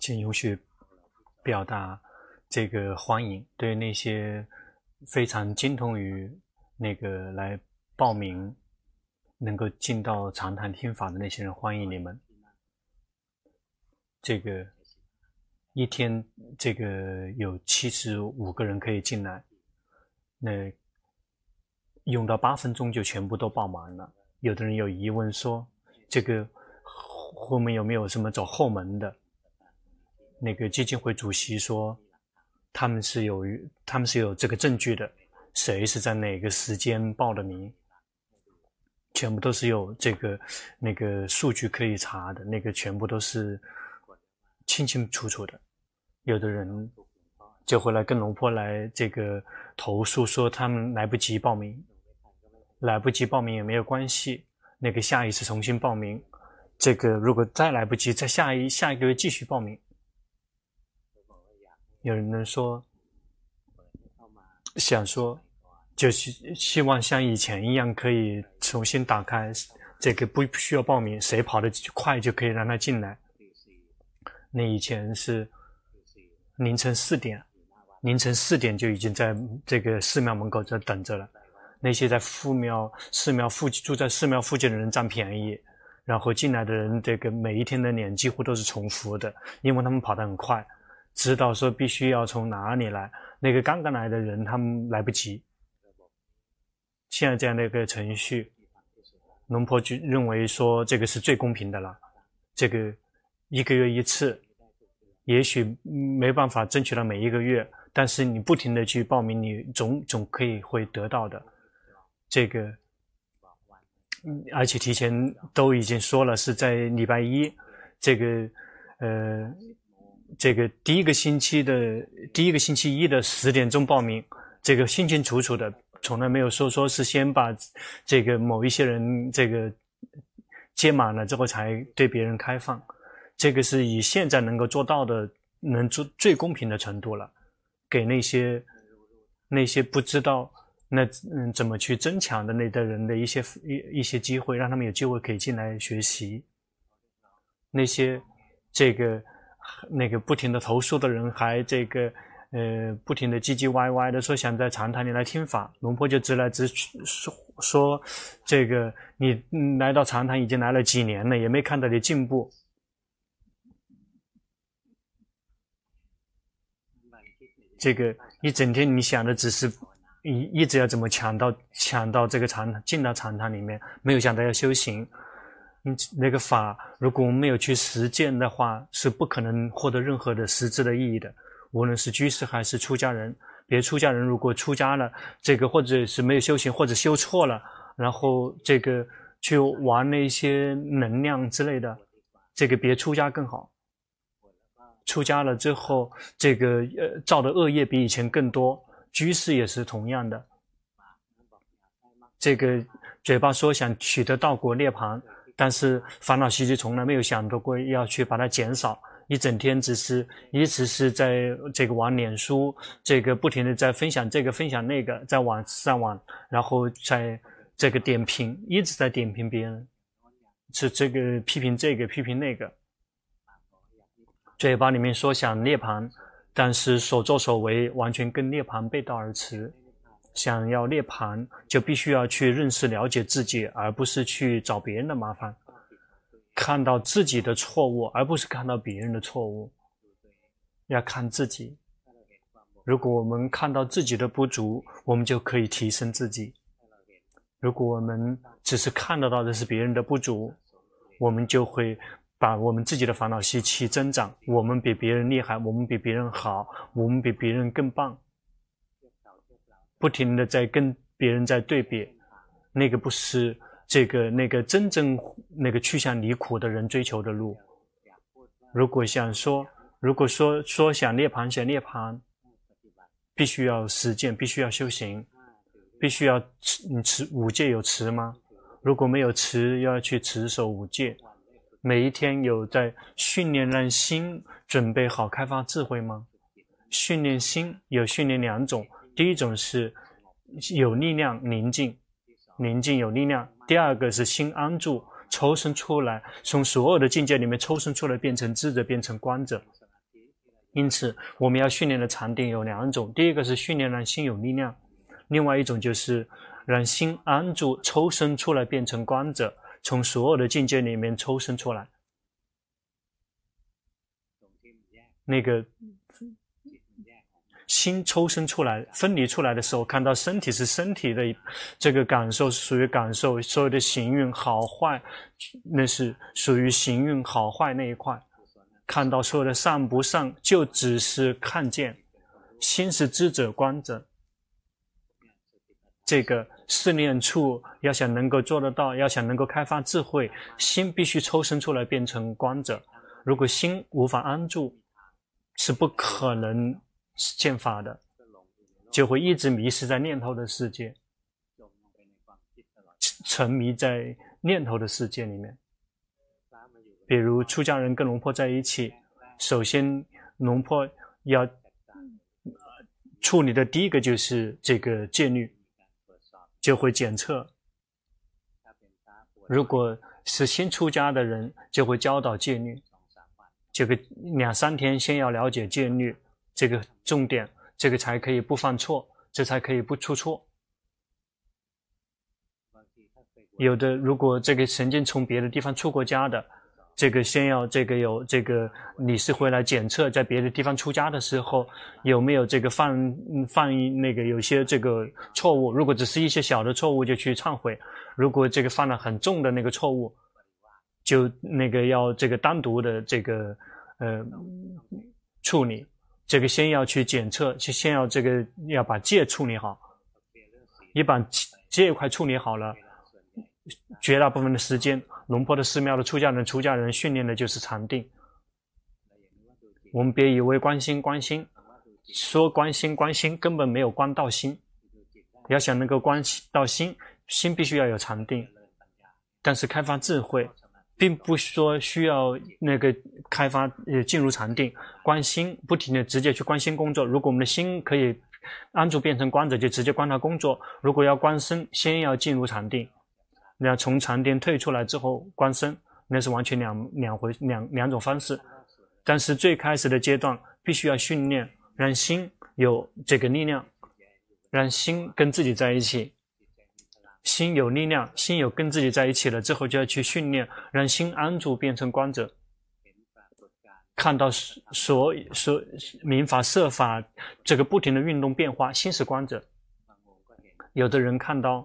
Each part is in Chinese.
请允许表达这个欢迎，对那些非常精通于那个来报名能够进到长谈听法的那些人，欢迎你们。这个一天这个有75个人可以进来，那用到8分钟就全部都爆满了。有的人有疑问说，这个后面有没有什么走后门的？那个基金会主席说，他们是有这个证据的，谁是在哪个时间报的名，全部都是有这个那个数据可以查的，那个全部都是清清楚楚的。有的人就会来跟龙坡来这个投诉说他们来不及报名，来不及报名也没有关系，那个下一次重新报名，这个如果再来不及，在下一个月继续报名。有人说想说就是希望像以前一样可以重新打开，这个不需要报名，谁跑得快就可以让他进来。那以前是凌晨4点就已经在这个寺庙门口在等着了，那些在住在寺庙附近的人占便宜，然后进来的人这个每一天的脸几乎都是重复的，因为他们跑得很快，知道说必须要从哪里来，那个刚刚来的人他们来不及。现在这样的一个程序，龙坡就认为说这个是最公平的了，这个1个月1次，也许没办法争取到每1个月，但是你不停的去报名，你总可以会得到的。这个而且提前都已经说了，是在礼拜一这个第一个星期一的10点钟报名，这个清清楚楚的，从来没有说是先把这个某一些人这个接满了之后才对别人开放，这个是以现在能够做到的，能做最公平的程度了，给那些不知道怎么去争抢的那的人的一些机会，让他们有机会可以进来学习。那些这个那个不停的投诉的人还这个不停的唧唧歪歪的说想在长谈里来听法，龙坡就直说这个你来到长谈已经来了几年了，也没看到你进步。这个一整天你想的只是一直要怎么抢到这个进到长谈里面，没有想到要修行。那个法如果我们没有去实践的话，是不可能获得任何的实质的意义的，无论是居士还是出家人。别出家人如果出家了，这个或者是没有修行，或者修错了，然后这个去玩那些能量之类的，这个别出家更好。出家了之后，这个造的恶业比以前更多，居士也是同样的。这个嘴巴说想取得道果涅槃，但是烦恼习气从来没有想到过要去把它减少，一整天一直是在这个玩脸书，这个不停的在分享这个分享那个，在上网，然后在这个点评，一直在点评别人，是这个批评这个批评那个，嘴巴里面说想涅槃，但是所作所为完全跟涅槃背道而驰。想要涅槃就必须要去认识了解自己，而不是去找别人的麻烦，看到自己的错误而不是看到别人的错误，要看自己。如果我们看到自己的不足，我们就可以提升自己。如果我们只是看得到的是别人的不足，我们就会把我们自己的烦恼习气增长，我们比别人厉害，我们比别人好，我们比别人更棒，不停的在跟别人在对比，那个不是那个真正那个去向离苦的人追求的路。如果说想涅槃，必须要实践，必须要修行，必须要5戒有持吗？如果没有持，要去持守5戒。每一天有在训练让心准备好开发智慧吗？训练心有训练2种，第一种是有力量宁静有力量，第二个是心安住抽身出来，从所有的境界里面抽身出来，变成智者，变成观者。 因此，我们要训练的禅定有2种，第一个是训练让心有力量，另外一种就是让心安住，抽身出来变成观者，从所有的境界里面抽身出来。那个心抽身出来分离出来的时候，看到身体是身体的这个感受是属于感受，所有的行运好坏那是属于行运好坏那一块，看到所有的善不善就只是看见，心是知者观者。这个试炼处要想能够做得到，要想能够开发智慧，心必须抽身出来变成观者。如果心无法安住，是不可能见法的，就会一直迷失在念头的世界，沉迷在念头的世界里面。比如出家人跟龙婆在一起，首先龙婆要处理的第一个就是这个戒律，就会检测。如果是新出家的人，就会教导戒律，这个2-3天先要了解戒律这个重点，这个才可以不犯错，这才可以不出错。有的如果这个曾经从别的地方出过家的，这个先要这个有这个理事会来检测，在别的地方出家的时候有没有这个犯那个有些这个错误，如果只是一些小的错误就去忏悔，如果这个犯了很重的那个错误，就那个要这个单独的这个处理，这个先要去检测，先要这个要把戒处理好，一把戒一块处理好了，绝大部分的时间龙坡的寺庙的出家人训练的就是禅定。我们别以为观心说观心根本没有观到心，要想能够观到心必须要有禅定。但是开发智慧并不说需要那个开发进入禅定，观心不停的直接去观心工作。如果我们的心可以安住变成观者，就直接观它工作。如果要观身，先要进入禅定，那从禅定退出来之后观身，那是完全两种方式。但是最开始的阶段必须要训练，让心有这个力量，让心跟自己在一起。心有力量，心有跟自己在一起了之后，就要去训练，让心安住变成观者，看到所民法色法这个不停的运动变化，心是观者。有的人看到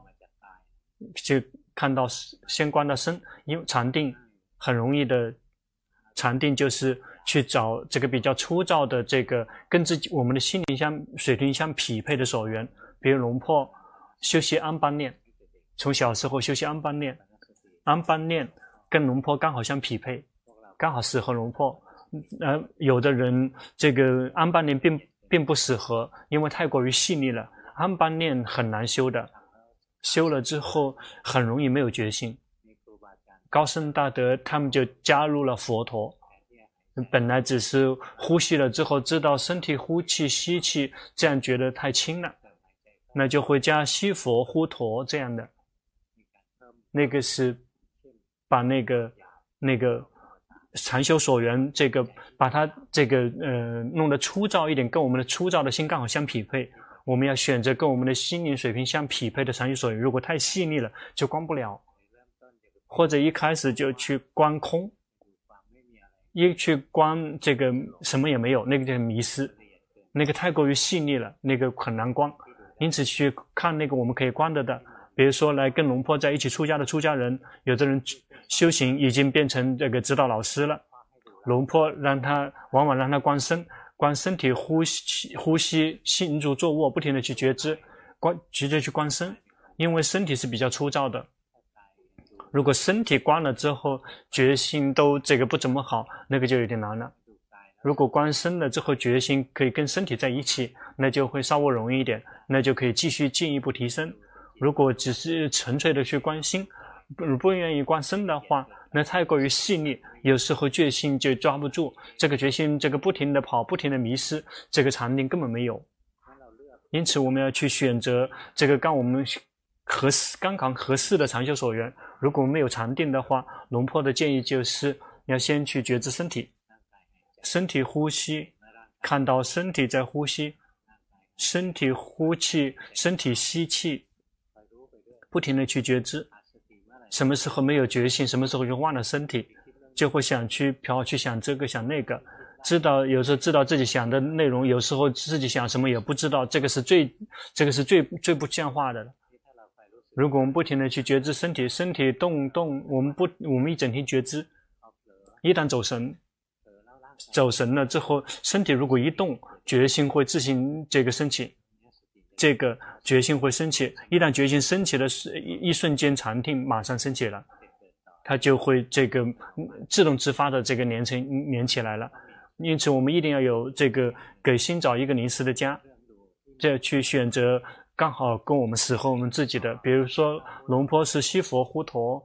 先观到身，因为禅定很容易的，禅定就是去找这个比较粗糙的这个跟我们的心灵水平相匹配的所缘。比如龙婆修习安般念，从小时候修习安般念，安般念跟龙婆刚好相匹配，刚好适合龙婆。有的人这个安般念并不适合，因为太过于细腻了，安般念很难修的，修了之后很容易没有决心。高僧大德他们就加入了佛陀，本来只是呼吸了之后知道身体呼气吸气，这样觉得太轻了，那就会加吸佛呼陀这样的，那个是把那个禅修所缘这个把它这个弄得粗糙一点，跟我们的粗糙的心刚好相匹配。我们要选择跟我们的心灵水平相匹配的禅修所缘，如果太细腻了就观不了。或者一开始就去观空，一去观这个什么也没有，那个就迷失，那个太过于细腻了，那个很难观。因此去看那个我们可以观的，比如说来跟龙婆在一起出家的出家人，有的人修行已经变成这个指导老师了，龙婆往往让他观身体呼吸行住坐卧，不停的去觉知，直接去观身，因为身体是比较粗糙的。如果身体观了之后决心都这个不怎么好，那个就有点难了。如果观身了之后决心可以跟身体在一起，那就会稍微容易一点，那就可以继续进一步提升。如果只是纯粹的去观心，不愿意观身的话，那太过于细腻，有时候决心就抓不住，这个决心这个不停的跑，不停的迷失，这个禅定根本没有。因此我们要去选择这个刚刚合适的禅修所缘。如果没有禅定的话，龙婆的建议就是要先去觉知身体呼吸， 看到身体在呼吸，身体呼气，身体吸气，不停的去觉知。什么时候没有觉性，什么时候就忘了身体，就会想去飘，去想这个想那个。有时候知道自己想的内容，有时候自己想什么也不知道，这个是最不像话的了。如果我们不停的去觉知身体动，我们一整天觉知，一旦走神了之后，身体如果一动，决心会自行这个升起，这个决心会升起。一旦决心升起的一瞬间，禅定马上升起了，它就会这个自动自发的这个连起来了。因此我们一定要有这个给心找一个临时的家，这去选择刚好跟我们适合我们自己的。比如说龙坡是西佛胡陀，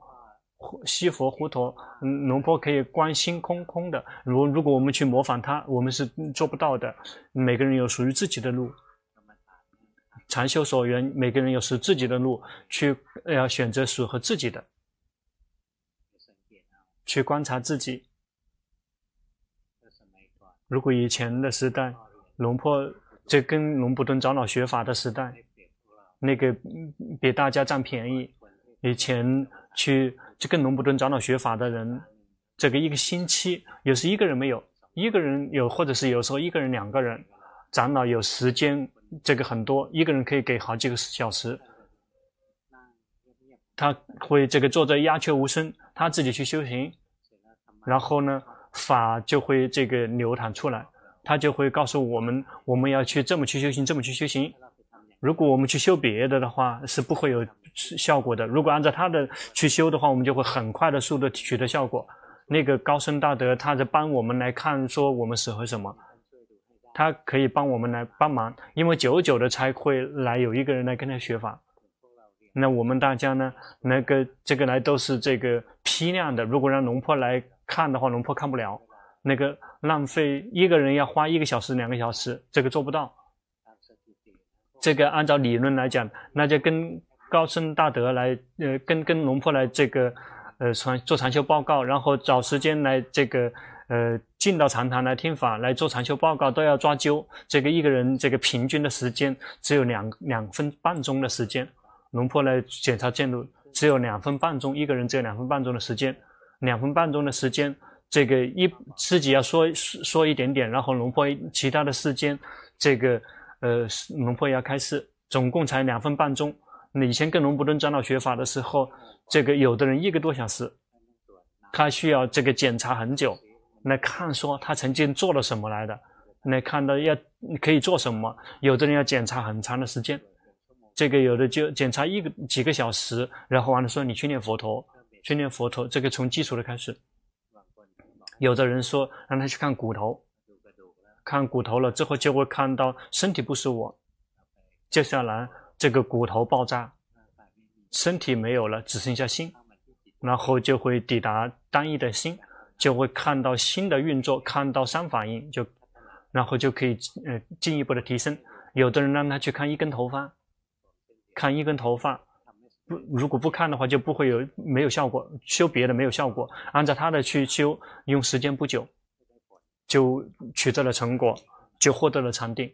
龙坡可以观心空的。如果我们去模仿他，我们是做不到的。每个人有属于自己的路，禅修所缘，每个人有属于自己的路，要选择适合自己的，去观察自己。如果以前的时代，龙坡这跟龙普顿长老学法的时代，那个比大家占便宜。以前就跟龙普顿长老学法的人，这个一个星期有时一个人没有，一个人有，或者是有时候一个人两个人，长老有时间这个很多，一个人可以给好几个小时，他会这个坐在鸦雀无声，他自己去修行，然后呢法就会这个流淌出来，他就会告诉我们，我们要去这么去修行，这么去修行。如果我们去修别的话，是不会有效果的。如果按照他的去修的话，我们就会很快的速度取得效果。那个高僧大德，他在帮我们来看，说我们适合什么，他可以帮我们来帮忙，因为久久的才会来有一个人来跟他学法。那我们大家呢，这个来都是这个批量的。如果让龙坡来看的话，龙坡看不了，那个浪费一个人要花1个小时2个小时，这个做不到。这个按照理论来讲，那就跟高僧大德来跟龙坡来这个做禅修报告，然后找时间来这个进到禅堂来听法，来做禅修报告，都要抓阄。这个一个人这个平均的时间只有2分半钟的时间。龙坡来检查见路只有2分半钟，一个人只有2分半钟的时间，2分半钟的时间，这个自己要说一点点，然后龙坡其他的时间，这个龙坡要开示，总共才2分半钟。以前跟龙普顿长老学法的时候，这个有的人1个多小时，他需要这个检查很久，来看说他曾经做了什么来的，来看到可以做什么。有的人要检查很长的时间，这个有的就检查几个小时，然后完了说你去念佛陀，这个从基础的开始。有的人说让他去看骨头，看骨头了之后就会看到身体不是我，接下来这个骨头爆炸，身体没有了，只剩下心，然后就会抵达单一的心，就会看到心的运作，看到三法印，然后就可以进一步的提升。有的人让他去看一根头发，如果不看的话就没有效果，修别的没有效果，按照他的去修，用时间不久就取得了成果，就获得了禅定。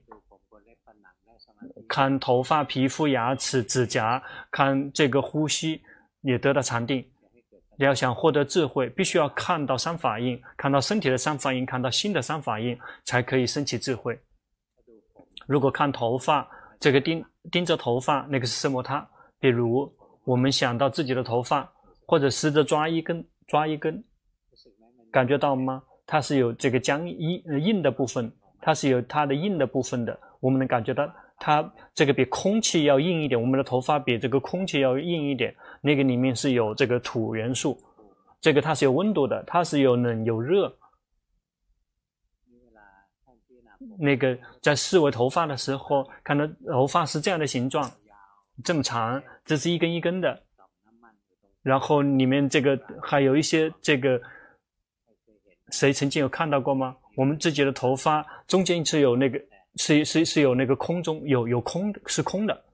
看头发、皮肤、牙齿、指甲，看这个呼吸，也得到禅定。要想获得智慧，必须要看到三法印，看到身体的三法印，看到心的三法印，才可以升起智慧。如果看头发，这个盯着头发，那个是色摩他。比如我们想到自己的头发，或者试着抓一根，感觉到吗？它是有这个硬的部分，它是有它的硬的部分的，我们能感觉到它这个比空气要硬一点，我们的头发比这个空气要硬一点，那个里面是有这个土元素，这个它是有温度的，它是有冷有热。那个在视为头发的时候，看到头发是这样的形状，这么长，这是一根一根的，然后里面这个还有一些这个，谁曾经有看到过吗？我们自己的头发中间是有那个是有那个空中有空的，是空的，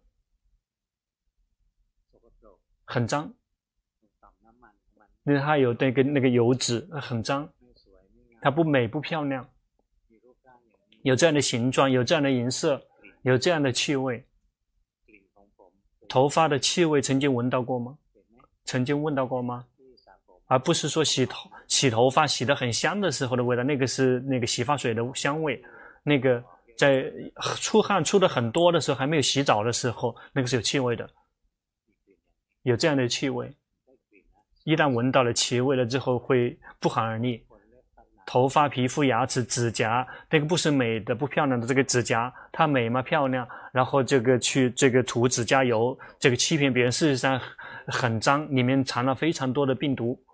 很脏，因为它有那个油脂，很脏，它不美不漂亮。 有这样的形状，有这样的颜色，有这样的气味。头发的气味曾经闻到过吗？曾经闻到过吗？而不是说洗头发洗得很香的时候的味道，那个是那个洗发水的香味。那个在出汗出的很多的时候，还没有洗澡的时候，那个是有气味的，有这样的气味。一旦闻到了气味了之后，会不寒而栗。头发、皮肤、牙齿、指甲，那个不是美的、不漂亮的这个指甲，它美吗？漂亮。然后这个去这个涂指甲油，这个欺骗别人，事实上很脏，里面藏了非常多的病毒。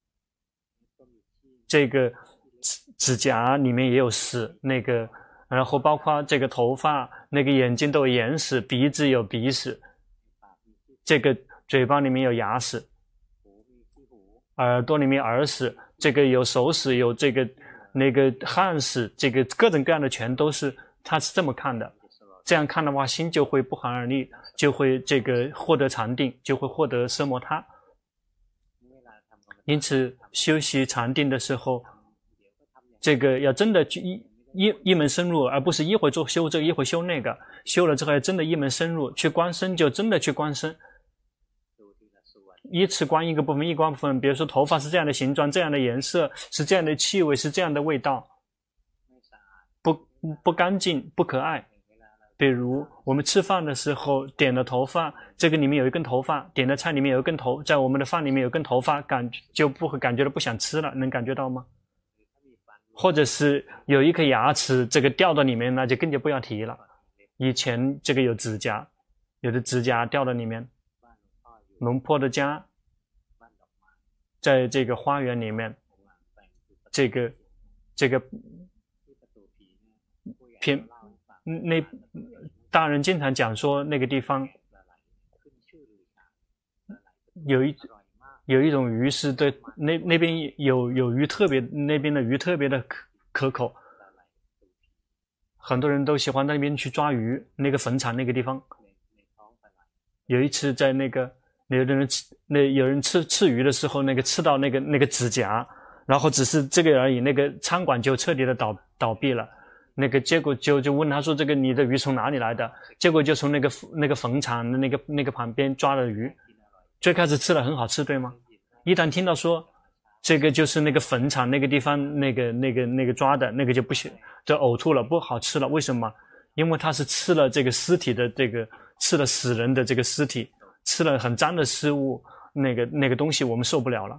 这个指甲里面也有屎，那个，然后包括这个头发，那个眼睛都有眼屎，鼻子有鼻屎，这个嘴巴里面有牙屎，耳朵里面耳屎，这个有手屎，有这个那个汗屎，这个各种各样的全都是，他是这么看的。这样看的话，心就会不寒而栗，就会这个获得禅定，就会获得奢摩他。因此修习禅定的时候，这个要真的去一门深入，而不是一会做修这个一会修那个，修了之后要真的一门深入，去观身就真的去观身，依次观一个部分一观部分。比如说头发是这样的形状，这样的颜色，是这样的气味，是这样的味道，不干净，不可爱。比如我们吃饭的时候点了头发，这个里面有一根头发，点的菜里面有一根头，在我们的饭里面有根头发，就不会感觉到不想吃了，能感觉到吗？或者是有一颗牙齿这个掉到里面，那就更加不要提了。以前这个有指甲，有的指甲掉到里面。龙坡的家在这个花园里面，这个偏那大人经常讲说那个地方有一种鱼是对那边有鱼特别，那边的鱼特别的可口，很多人都喜欢那边去抓鱼。那个坟场那个地方，有一次在那个有人吃鱼的时候，那个吃到那个指甲，然后只是这个而已，那个餐馆就彻底的倒闭了。那个结果就问他说：“这个你的鱼从哪里来的？”结果就从那个坟场的那个旁边抓了鱼。最开始吃了很好吃，对吗？一旦听到说这个就是那个坟场那个地方那个抓的，那个就不行，就呕吐了，不好吃了。为什么？因为他是吃了这个尸体的吃了死人的这个尸体，吃了很脏的食物，那个东西我们受不了了。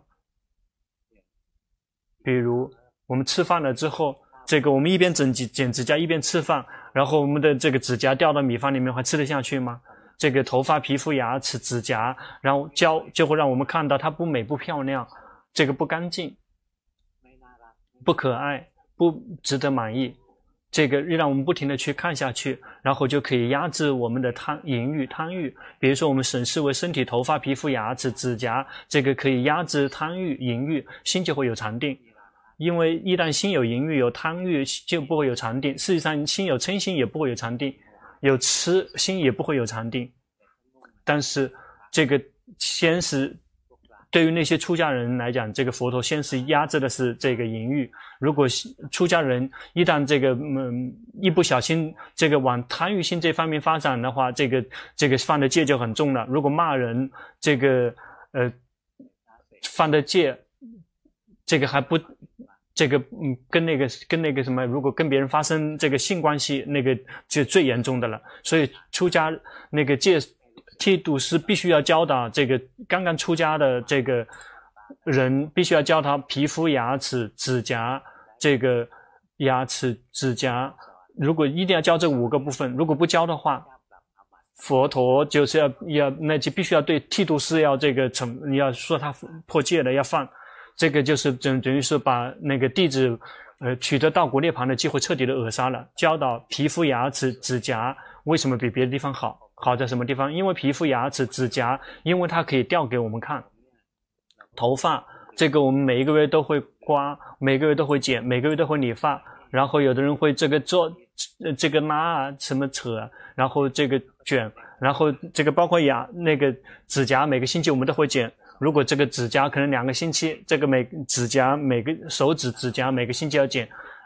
比如我们吃饭了之后，这个我们一边剪指甲一边吃饭，然后我们的这个指甲掉到米饭里面，还吃得下去吗？这个头发、皮肤、牙齿、指甲，然后就会让我们看到它不美不漂亮，这个不干净，不可爱，不值得满意。这个让我们不停的去看下去，然后就可以压制我们的淫欲、贪欲。比如说我们审视为身体、头发、皮肤、牙齿、指甲，这个可以压制贪欲、淫欲，心就会有禅定。因为一旦心有淫欲、有贪欲，就不会有禅定。事实上，心有嗔心也不会有禅定，有痴心也不会有禅定。但是这个先是对于那些出家人来讲，这个佛陀先是压制的是这个淫欲。如果出家人一旦这个一不小心这个往贪欲心这方面发展的话，这个犯的戒就很重了。如果骂人，这个犯的戒，这个还不这个跟那个什么，如果跟别人发生这个性关系，那个就最严重的了。所以出家那个戒剃度师必须要教导这个刚刚出家的这个人，必须要教他皮肤、牙齿、指甲，这个牙齿、指甲，如果一定要教这5个部分，如果不教的话，佛陀就是要那就必须要对剃度师要这个你要说他破戒了要放。这个就是等于是把那个弟子取得道果涅槃的机会彻底的扼杀了。教导皮肤、牙齿、指甲为什么比别的地方好？好在什么地方？因为皮肤、牙齿、指甲，因为它可以掉给我们看。头发，这个我们每一个月都会刮，每个月都会剪，每个月都会理发。然后有的人会这个做这个拉啊，什么扯啊，然后这个卷，然后这个包括那个指甲，每个星期我们都会剪。如果这个指甲可能2个星期，这个每个手指指甲每个星期要剪，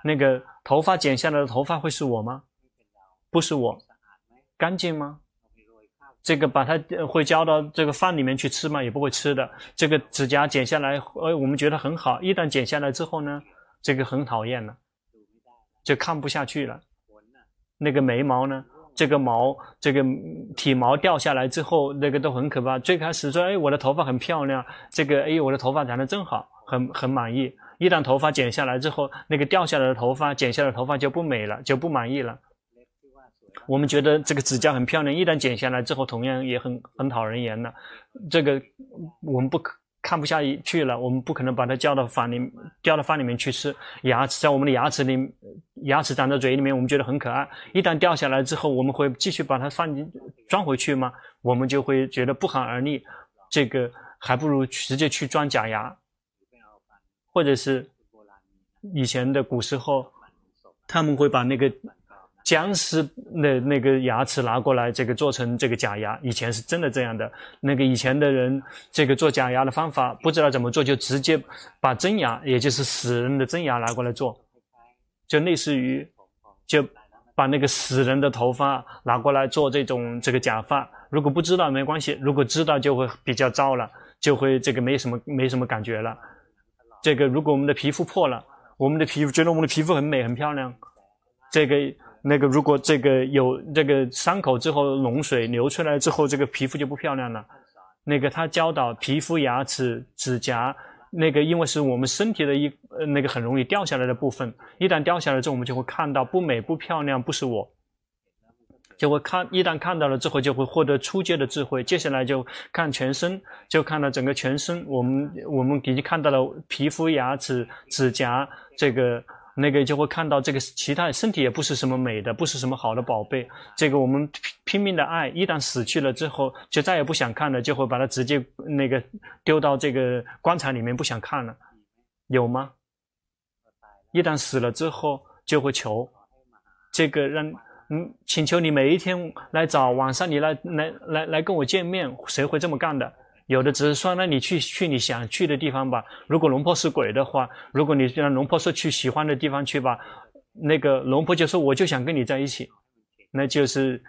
那个头发剪下来的头发会是我吗？不是我。干净吗？这个把它会浇到这个饭里面去吃吗？也不会吃的。这个指甲剪下来，我们觉得很好，一旦剪下来之后呢，这个很讨厌了，就看不下去了。那个眉毛呢，这个毛，这个体毛掉下来之后，那个都很可怕。最开始说，我的头发很漂亮，这个我的头发长得真好，很满意。一旦头发剪下来之后，那个掉下来的头发，剪下来的头发就不美了，就不满意了。我们觉得这个指甲很漂亮，一旦剪下来之后，同样也很讨人厌了。这个我们看不下去了，我们不可能把它浇到饭里面去吃。牙齿在我们的牙齿长在嘴里面，我们觉得很可爱。一旦掉下来之后，我们会继续把它装回去吗？我们就会觉得不寒而栗。这个还不如直接去装假牙，或者是以前的古时候，他们会把那个僵尸的那个牙齿拿过来，这个做成这个假牙。以前是真的这样的。那个以前的人，这个做假牙的方法不知道怎么做，就直接把真牙，也就是死人的真牙拿过来做，就类似于就把那个死人的头发拿过来做这个假发。如果不知道没关系，如果知道就会比较糟了，就会这个没什么感觉了。这个如果我们的皮肤破了，我们的皮肤觉得我们的皮肤很美很漂亮，那个如果这个有这个伤口之后脓水流出来之后，这个皮肤就不漂亮了。那个他教导皮肤、牙齿、指甲，那个因为是我们身体的那个很容易掉下来的部分，一旦掉下来之后，我们就会看到不美、不漂亮，不是我，就会一旦看到了之后，就会获得初阶的智慧。接下来就看全身，就看到整个全身，我们已经看到了皮肤、牙齿、指甲，那个就会看到这个其他身体也不是什么美的，不是什么好的宝贝。这个我们拼命的爱，一旦死去了之后，就再也不想看了，就会把它直接那个丢到这个棺材里面，不想看了。有吗？一旦死了之后，就会求这个请求你每一天来找，晚上你来跟我见面，谁会这么干的？有的只是说，那你去你想去的地方吧。如果龙婆是鬼的话，如果你让龙婆说去喜欢的地方去吧，那个龙婆就说我就想跟你在一起，那就是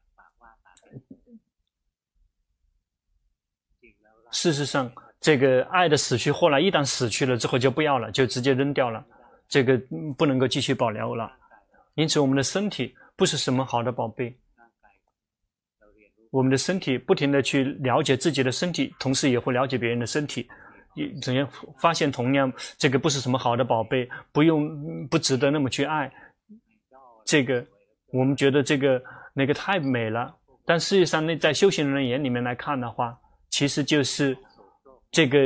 事实上这个爱的死去，后来一旦死去了之后就不要了，就直接扔掉了，这个不能够继续保留了。因此我们的身体不是什么好的宝贝。我们的身体不停地去了解自己的身体，同时也会了解别人的身体，怎样发现同样这个不是什么好的宝贝，不值得那么去爱。这个我们觉得那个太美了，但事实上在修行人的眼里面来看的话，其实就是这个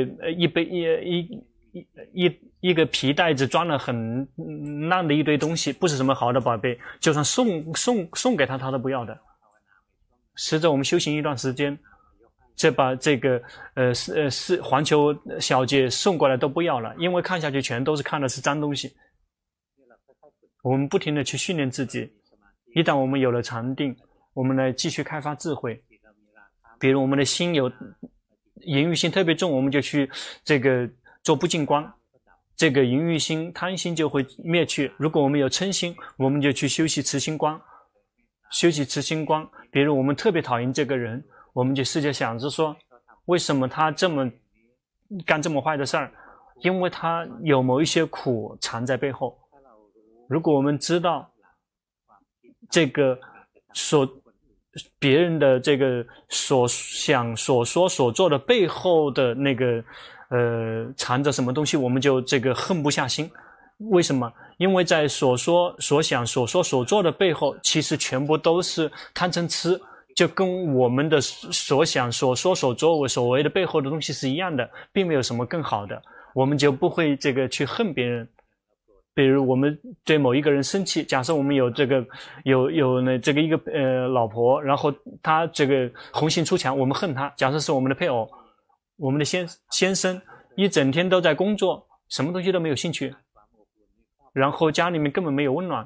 一个皮袋子装了很烂的一堆东西，不是什么好的宝贝，就算送给他都不要的。随着我们修行一段时间，再把这个环球小姐送过来都不要了，因为看下去全都是看的是脏东西。我们不停地去训练自己，一旦我们有了禅定，我们来继续开发智慧。比如我们的心有淫欲心特别重，我们就去这个做不净光，这个淫欲心、贪心就会灭去。如果我们有嗔心，我们就去修习慈心光。修习慈心光，比如我们特别讨厌这个人，我们就试着想着说，为什么他干这么坏的事儿？因为他有某一些苦藏在背后。如果我们知道这个别人的这个所想、所说、所做的背后的那个藏着什么东西，我们就这个恨不下心。为什么？因为在所说所想所说所做的背后，其实全部都是贪嗔痴，就跟我们的所想所说所作所为的背后的东西是一样的，并没有什么更好的，我们就不会这个去恨别人。比如我们对某一个人生气，假设我们有这个一个老婆，然后他这个红杏出墙，我们恨他。假设是我们的配偶，我们的先生一整天都在工作，什么东西都没有兴趣，然后家里面根本没有温暖。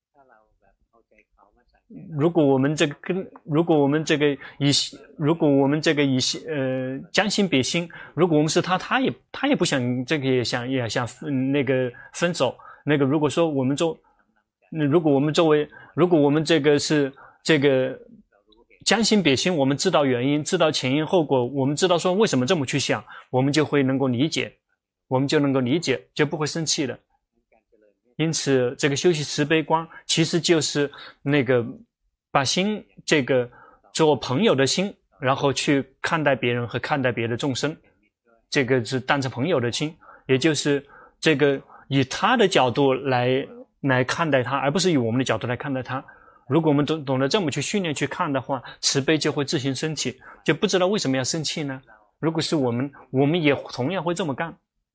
如果我们这个将心比心，如果我们是他也不想这个也想那个分手， 如果说我们如果我们这个是这个将心比心，我们知道原因，知道前因后果，我们知道说为什么这么去想，我们就会能够理解，就不会生气了。因此，这个修习慈悲观，其实就是把心这个做朋友的心，然后去看待别人和看待别的众生，这个是当成朋友的心，也就是这个以他的角度来看待他，而不是以我们的角度来看待他。如果我们懂得这么去训练去看的话，慈悲就会自行升起，就不知道为什么要生气呢？如果是我们也同样会这么干，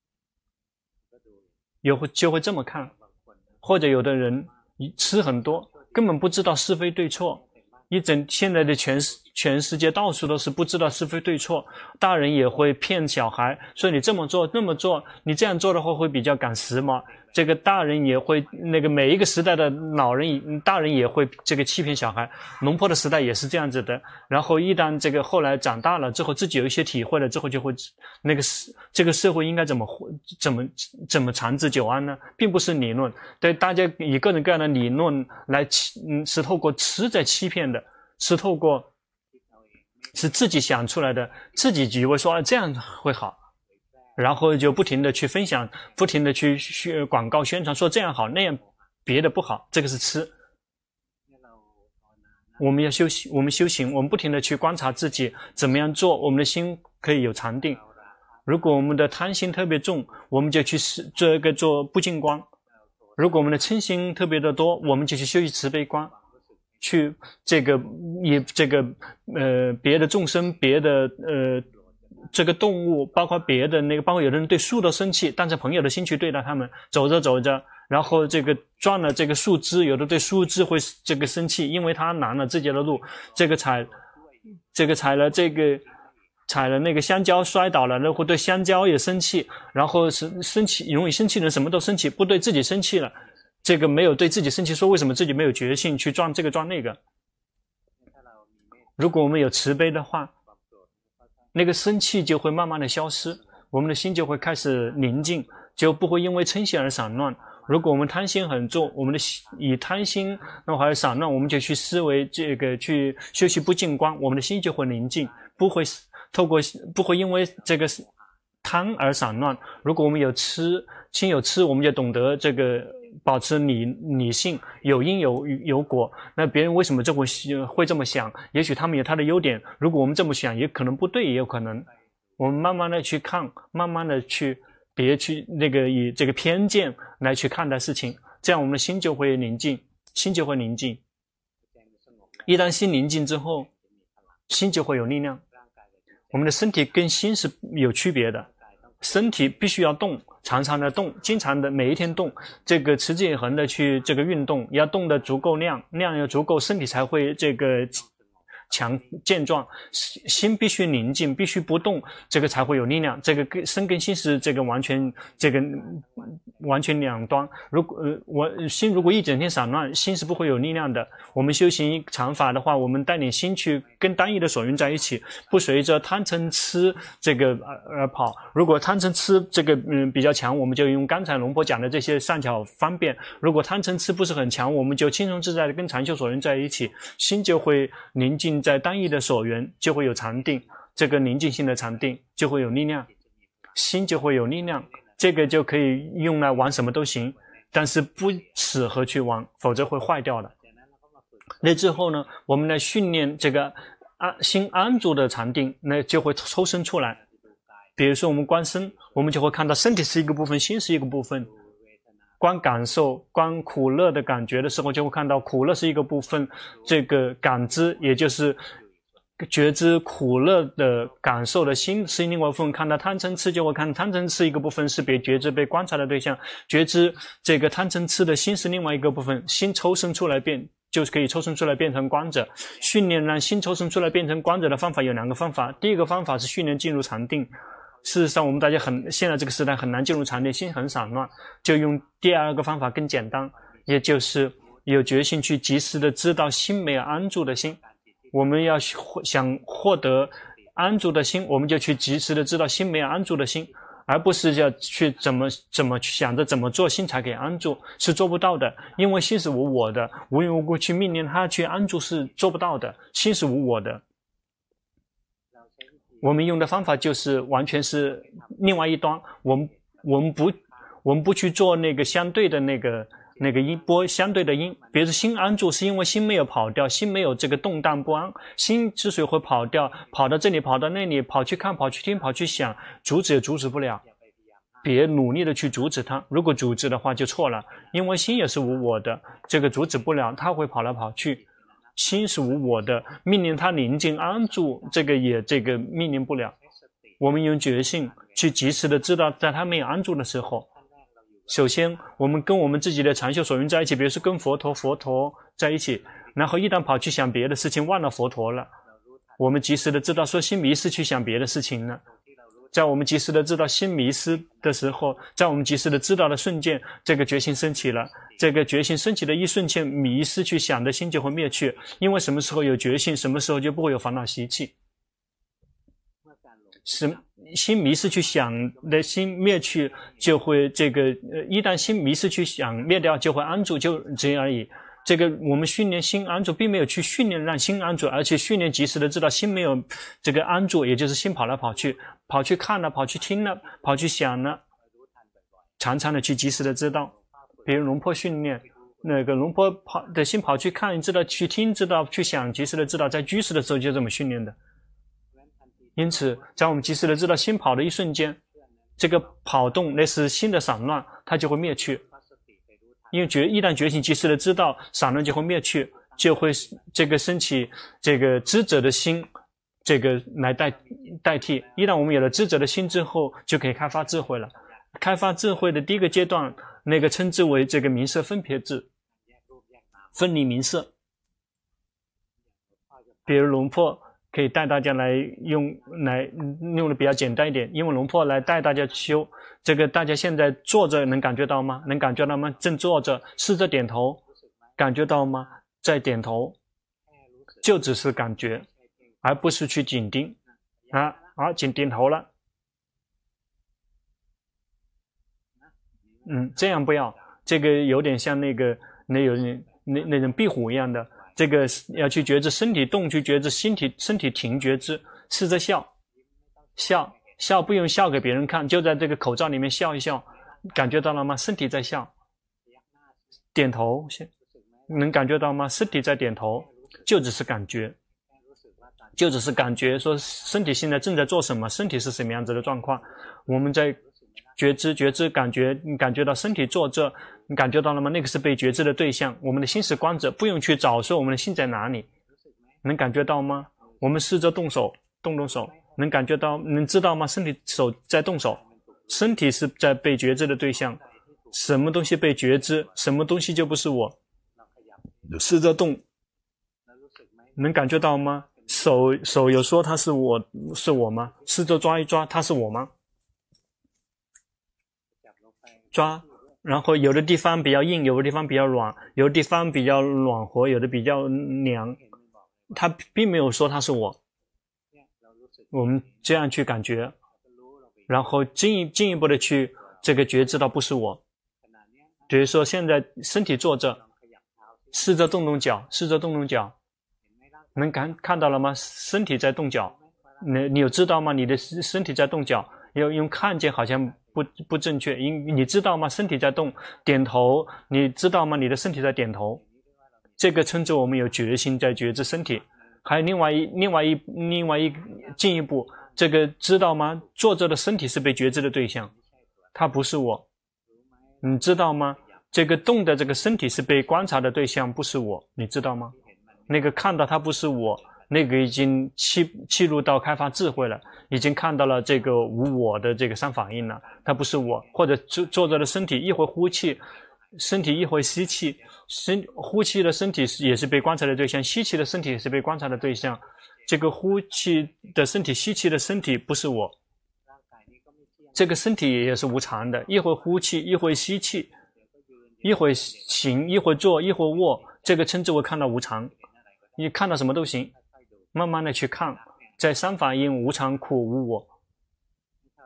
就会这么看。或者有的人吃很多，根本不知道是非对错，现在的全世界到处都是不知道是非对错，大人也会骗小孩，说你这么做那么做，你这样做的话会比较赶时髦。这个大人也会每一个时代的大人也会这个欺骗小孩，龙婆的时代也是这样子的。然后一旦这个后来长大了之后，自己有一些体会了之后，就会这个社会应该怎么长治久安呢？并不是理论，对大家以各种各样的理论来是透过吃在欺骗的，是透过是自己想出来的，自己以为说这样会好。然后就不停的去分享，不停的去广告宣传，说这样好那样别的不好，这个是吃。我们要修行，我们不停的去观察自己怎么样做，我们的心可以有禅定。如果我们的贪心特别重，我们就去做不净观；如果我们的嗔心特别的多，我们就去修习慈悲观，去以别的众生，别的这个动物，包括别的包括有的人对树都生气，当成朋友的心去对待他们，走着走着，然后撞了这个树枝，有的对树枝会生气，因为他拦了自己的路，踩了那个香蕉摔倒了，然后对香蕉也生气，然后生气容易生气的人什么都生气，不对自己生气了，没有对自己生气，说为什么自己没有决心去撞这个撞那个。如果我们有慈悲的话，那个生气就会慢慢的消失，我们的心就会开始宁静，就不会因为嗔心而散乱。如果我们贪心很重，我们以贪心而散乱，我们就去思维去修习不净观，我们的心就会宁静，不会因为这个贪而散乱。如果我们心有痴，我们就懂得保持理性，有因有果。那别人为什么会这么想？也许他们有他的优点。如果我们这么想，也可能不对，也有可能。我们慢慢的去看，慢慢的别去以这个偏见来去看待事情，这样我们的心就会宁静，一旦心宁静之后，心就会有力量。我们的身体跟心是有区别的，身体必须要动，常常的动，经常的每一天动，持之以恒的去运动，要动的足够量要足够，身体才会健壮。心必须宁静，必须不动，才会有力量。身跟心是完全两端。心如果一整天散乱，心是不会有力量的。我们修行禅法的话，我们带领心去跟单一的所缘在一起，不随着贪嗔痴而跑。如果贪嗔痴比较强，我们就用刚才龙婆讲的这些善巧方便。如果贪嗔痴不是很强，我们就轻松自在的跟禅修所缘在一起，心就会宁静，在单一的所缘就会有禅定，宁静性的禅定就会有力量，心就会有力量，就可以用来玩什么都行，但是不适合去玩，否则会坏掉的。那之后呢，我们来训练心安住的禅定，那就会抽身出来。比如说我们观身，我们就会看到身体是一个部分，心是一个部分。观感受，观苦乐的感觉的时候，就会看到苦乐是一个部分，感知也就是觉知苦乐的感受的心是另外一部分。看到贪嗔痴，就会看贪嗔痴一个部分是被觉知被观察的对象，觉知贪嗔痴的心是另外一个部分。心抽身出来就是可以抽身出来变成观者。训练让心抽身出来变成观者的方法有两个方法。第一个方法是训练进入禅定。事实上我们大家现在这个时代很难进入禅定，心很散乱，就用第二个方法更简单，也就是有决心去及时的知道心没有安住的心。我们想获得安住的心，我们就去及时的知道心没有安住的心， 而不是要去怎么想着怎么做心才可以安住，是做不到的。因为心是无我的，无缘无故去命令他去安住是做不到的，心是无我的。我们用的方法就是完全是另外一端，我们不去做那个相对的那个音波相对的音。比如说心安住是因为心没有跑掉，心没有这个动荡不安，心之所以会跑掉，跑到这里跑到那里，跑去看跑去听跑去想，阻止也阻止不了，别努力的去阻止它，如果阻止的话就错了，因为心也是无我的，这个阻止不了，它会跑来跑去。心是无我的，命令它宁静安住，这个命令不了。我们用觉性去及时的知道，在它没有安住的时候，首先我们跟我们自己的禅修所缘在一起，比如说跟佛陀在一起，然后一旦跑去想别的事情，忘了佛陀了，我们及时的知道说心迷失去想别的事情了。在我们及时的知道心迷失的时候，在我们及时的知道的瞬间，这个觉醒升起了，这个觉醒升起的一瞬间，迷失去想的心就会灭去。因为什么时候有觉醒，什么时候就不会有烦恼习气。心迷失去想的心灭去，就会一旦心迷失去想灭掉，就会安住，就这样而已。这个我们训练心安住，并没有去训练让心安住，而且训练及时的知道心没有这个安住，也就是心跑来跑去，跑去看了，跑去听了，跑去想了，常常的去及时的知道。比如龙坡训练，那个龙坡的心跑去看，知道去听，知道去想，及时的知道，在居士的时候就这么训练的。因此，在我们及时的知道心跑的一瞬间，这个跑动那是心的散乱，它就会灭去。因为一旦觉醒及时的知道，散乱就会灭去，就会这个升起这个知者的心，这个来代替。一旦我们有了知者的心之后，就可以开发智慧了。开发智慧的第一个阶段，那个称之为这个名色分别智，分离名色。比如龙婆可以带大家来用的比较简单一点，因为龙婆来带大家修。这个大家现在坐着能感觉到吗？能感觉到吗？正坐着，试着点头，感觉到吗？再点头，就只是感觉，而不是去紧盯。好，请点头了。这样不要，这个有点像那种壁虎一样的。这个要去觉知身体动，去觉知身体停觉知，试着笑不用笑给别人看，就在这个口罩里面笑一笑，感觉到了吗？身体在笑。点头，能感觉到吗？身体在点头，就只是感觉，说身体现在正在做什么，身体是什么样子的状况。我们在觉知感觉，你感觉到身体坐这，你感觉到了吗？那个是被觉知的对象。我们的心是观者，不用去找说我们的心在哪里，能感觉到吗？我们试着动手，动手，能感觉到，能知道吗？身体手在动手，身体是在被觉知的对象。什么东西被觉知，什么东西就不是我。试着动，能感觉到吗？手有说它是我吗？试着抓一抓，它是我吗？抓，然后有的地方比较硬，有的地方比较软，有的地方比较暖和，有的比较凉，它并没有说它是我。我们这样去感觉，然后进一步的去这个觉知到不是我。比如说现在身体坐着，试着动脚，能看到了吗？身体在动脚，你有知道吗？你的身体在动脚，要用看见好像不正确，你知道吗？身体在动，点头，你知道吗？你的身体在点头，这个称之我们有决心在觉知身体。还有另外一进一步，这个知道吗？坐着的身体是被觉知的对象，它不是我，你知道吗？这个动的这个身体是被观察的对象，不是我，你知道吗？那个看到它不是我，那个已经契入到开发智慧了，已经看到了这个无我的这个三法印了，它不是我。或者坐着的身体一会呼气，身体一会吸气，呼气的身体也是被观察的对象，吸气的身体也是被观察的对象。这个呼气的身体，吸气的身体不是我，这个身体也是无常的，一会呼气，一会吸气，一会行，一会坐，一会卧，这个称之为看到无常。你看到什么都行，慢慢的去看，在三法印无常苦无我。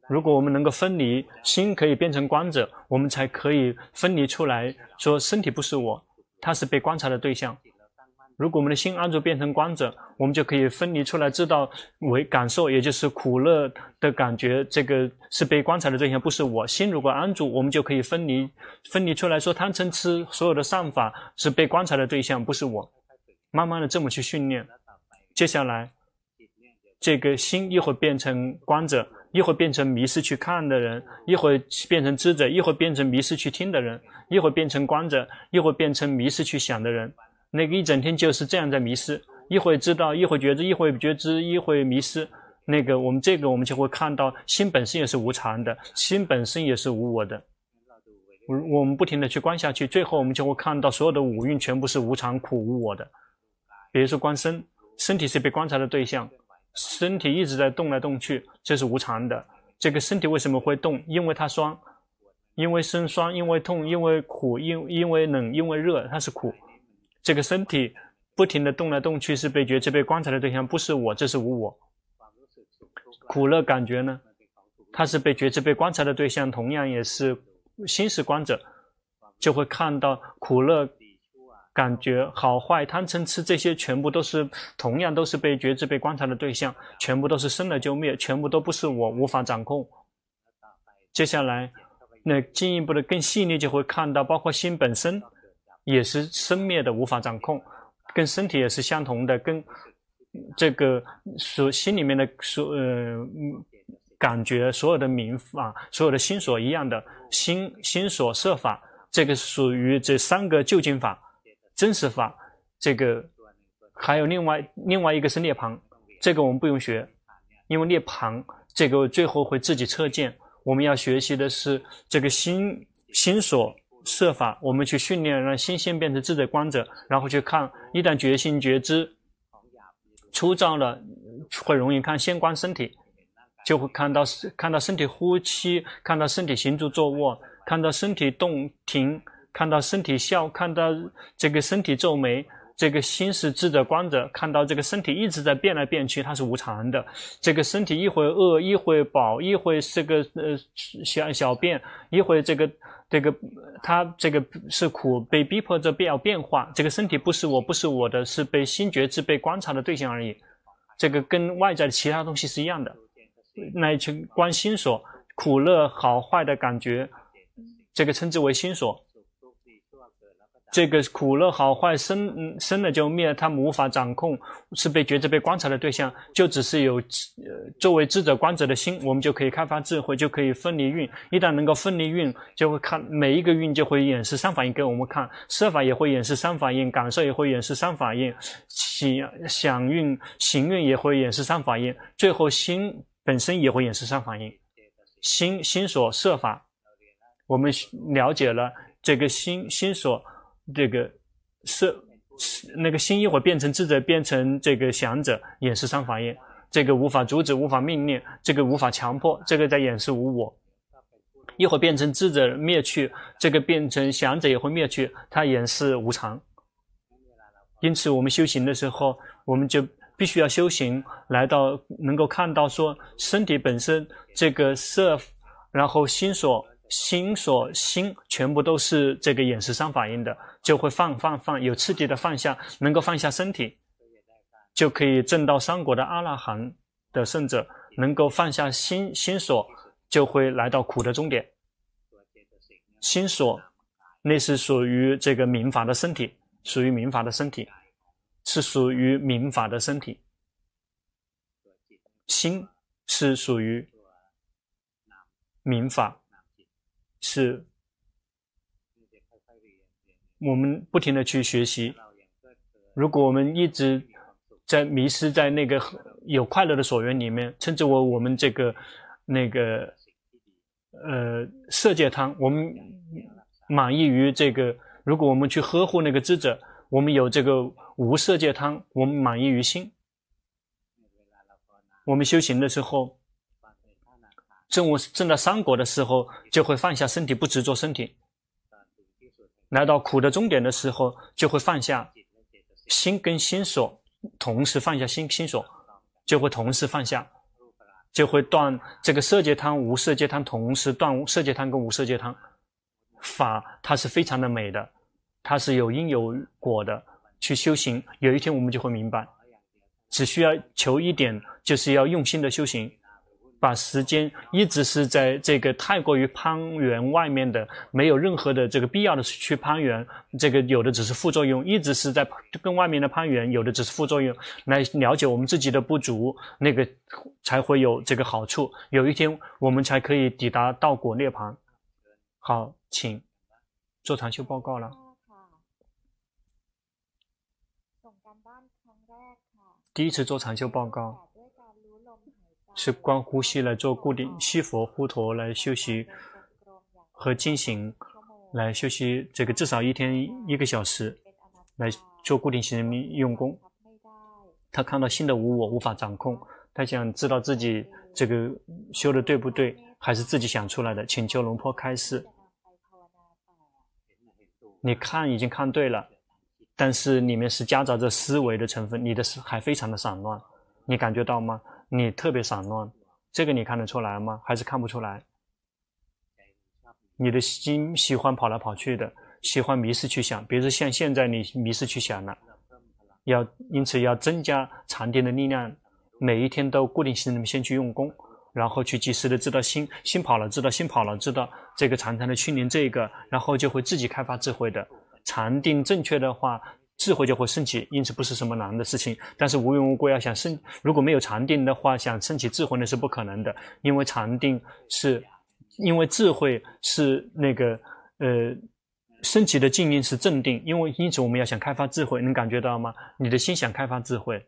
如果我们能够分离，心可以变成观者，我们才可以分离出来说身体不是我，它是被观察的对象。如果我们的心安住变成观者，我们就可以分离出来，知道为感受，也就是苦乐的感觉，这个是被观察的对象，不是我。心如果安住，我们就可以分离出来说贪嗔痴所有的善法是被观察的对象，不是我。慢慢的这么去训练，接下来这个心一会变成观者，一会变成迷失去看的人，一会变成知者，一会变成迷失去听的人，一会变成观者，一会变成迷失去想的人。那个一整天就是这样在迷失，一会知道，一会觉知，一会觉知，一会迷失。那个我们就会看到心本身也是无常的，心本身也是无我的。我们不停的去观下去，最后我们就会看到所有的五蕴全部是无常苦无我的。比如说观身，身体是被观察的对象，身体一直在动来动去，这是无常的。这个身体为什么会动？因为它酸，因为生酸，因为痛，因为苦，因为冷，因为热，它是苦。这个身体不停的动来动去，是被觉知被观察的对象，不是我，这是无我。苦乐感觉呢，它是被觉知被观察的对象，同样也是心是观者，就会看到苦乐感觉好坏贪嗔痴这些全部都是同样都是被觉知被观察的对象，全部都是生了就灭，全部都不是我，无法掌控。接下来那进一步的更细腻，就会看到包括心本身也是生灭的，无法掌控，跟身体也是相同的，跟这个心里面的感觉，所有的名法，所有的心所一样的，心所摄法，这个属于这三个究竟法、真实法。这个还有另外一个是涅槃，这个我们不用学，因为涅槃这个最后会自己测见。我们要学习的是这个心所摄法，我们去训练让心先变成智者观者，然后去看，一旦觉性觉知粗糙了，会容易看先观身体，就会看到身体呼吸，看到身体行住坐卧，看到身体动停，看到身体笑，看到这个身体皱眉。这个心是智者观者，看到这个身体一直在变来变去，它是无常的。这个身体一会饿，一会饱，一会这个小便，一会这个它这个是苦，被逼迫着要变化。这个身体不是我，不是我的，是被心觉知被观察的对象而已。这个跟外在的其他东西是一样的。那去观心所，苦乐好坏的感觉，这个称之为心所。这个苦乐好坏生了就灭，他们无法掌控，是被觉知被观察的对象，就只是有作为智者观者的心，我们就可以开发智慧，就可以分离蕴。一旦能够分离蕴，就会看每一个蕴就会演示三法印给我们看，色法也会演示三法印，感受也会演示三法印，想蕴行蕴也会演示三法印，最后心本身也会演示三法印。心所摄法，我们了解了这个心所这个那个心一会变成智者，变成这个想者，演示三法印。这个无法阻止，无法命令，这个无法强迫，这个在演示无我。一会变成智者灭去，这个变成想者也会灭去，它演示无常。因此我们修行的时候，我们就必须要修行来到能够看到说身体本身这个色，然后心全部都是这个演示三法印的，就会放，有次第的放下，能够放下身体，就可以证到三果的阿拉含的圣者，能够放下心所，就会来到苦的终点。心所那是属于这个明法的身体，属于明法的身体，是属于明法的身体。心是属于明法，是我们不停的去学习。如果我们一直在迷失在那个有快乐的所缘里面，称之为我们这个色界汤，我们满意于这个，如果我们去呵护那个智者，我们有这个无色界汤，我们满意于心。我们修行的时候，证到三果的时候，就会放下身体，不执着身体。来到苦的终点的时候，就会放下心跟心所，同时放下心所，就会同时放下就会断这个色界汤、无色界汤，同时断色界汤跟无色界汤。法它是非常的美的，它是有因有果的。去修行，有一天我们就会明白，只需要求一点，就是要用心的修行，把时间一直是在这个太过于攀缘外面的，没有任何的这个必要的去攀缘，这个有的只是副作用，一直是在跟外面的攀缘，有的只是副作用，来了解我们自己的不足，那个才会有这个好处，有一天我们才可以抵达道果涅槃。好，请做禅修报告了。第一次做禅修报告是观呼吸来做固定，吸佛呼陀来休息和进行来休息，这个至少一天1个小时来做固定型的用功。他看到新的无我无法掌控，他想知道自己这个修的对不对，还是自己想出来的，请求龙坡开示。你看已经看对了，但是里面是夹杂着思维的成分，你的还非常的散乱，你感觉到吗？你特别散乱，这个你看得出来吗？还是看不出来？你的心喜欢跑来跑去的，喜欢迷失去想，比如说像现在你迷失去想了，因此要增加禅定的力量，每一天都固定性的先去用功，然后去及时的知道心跑了，知道心跑了，知道这个禅的训练这个，然后就会自己开发智慧的。禅定正确的话，智慧就会升起，因此不是什么难的事情。但是无缘无故要想如果没有禅定的话，想升起智慧那是不可能的，因为禅定是，因为智慧是那个升起的静音是正定，因此我们要想开发智慧，能感觉到吗？你的心想开发智慧，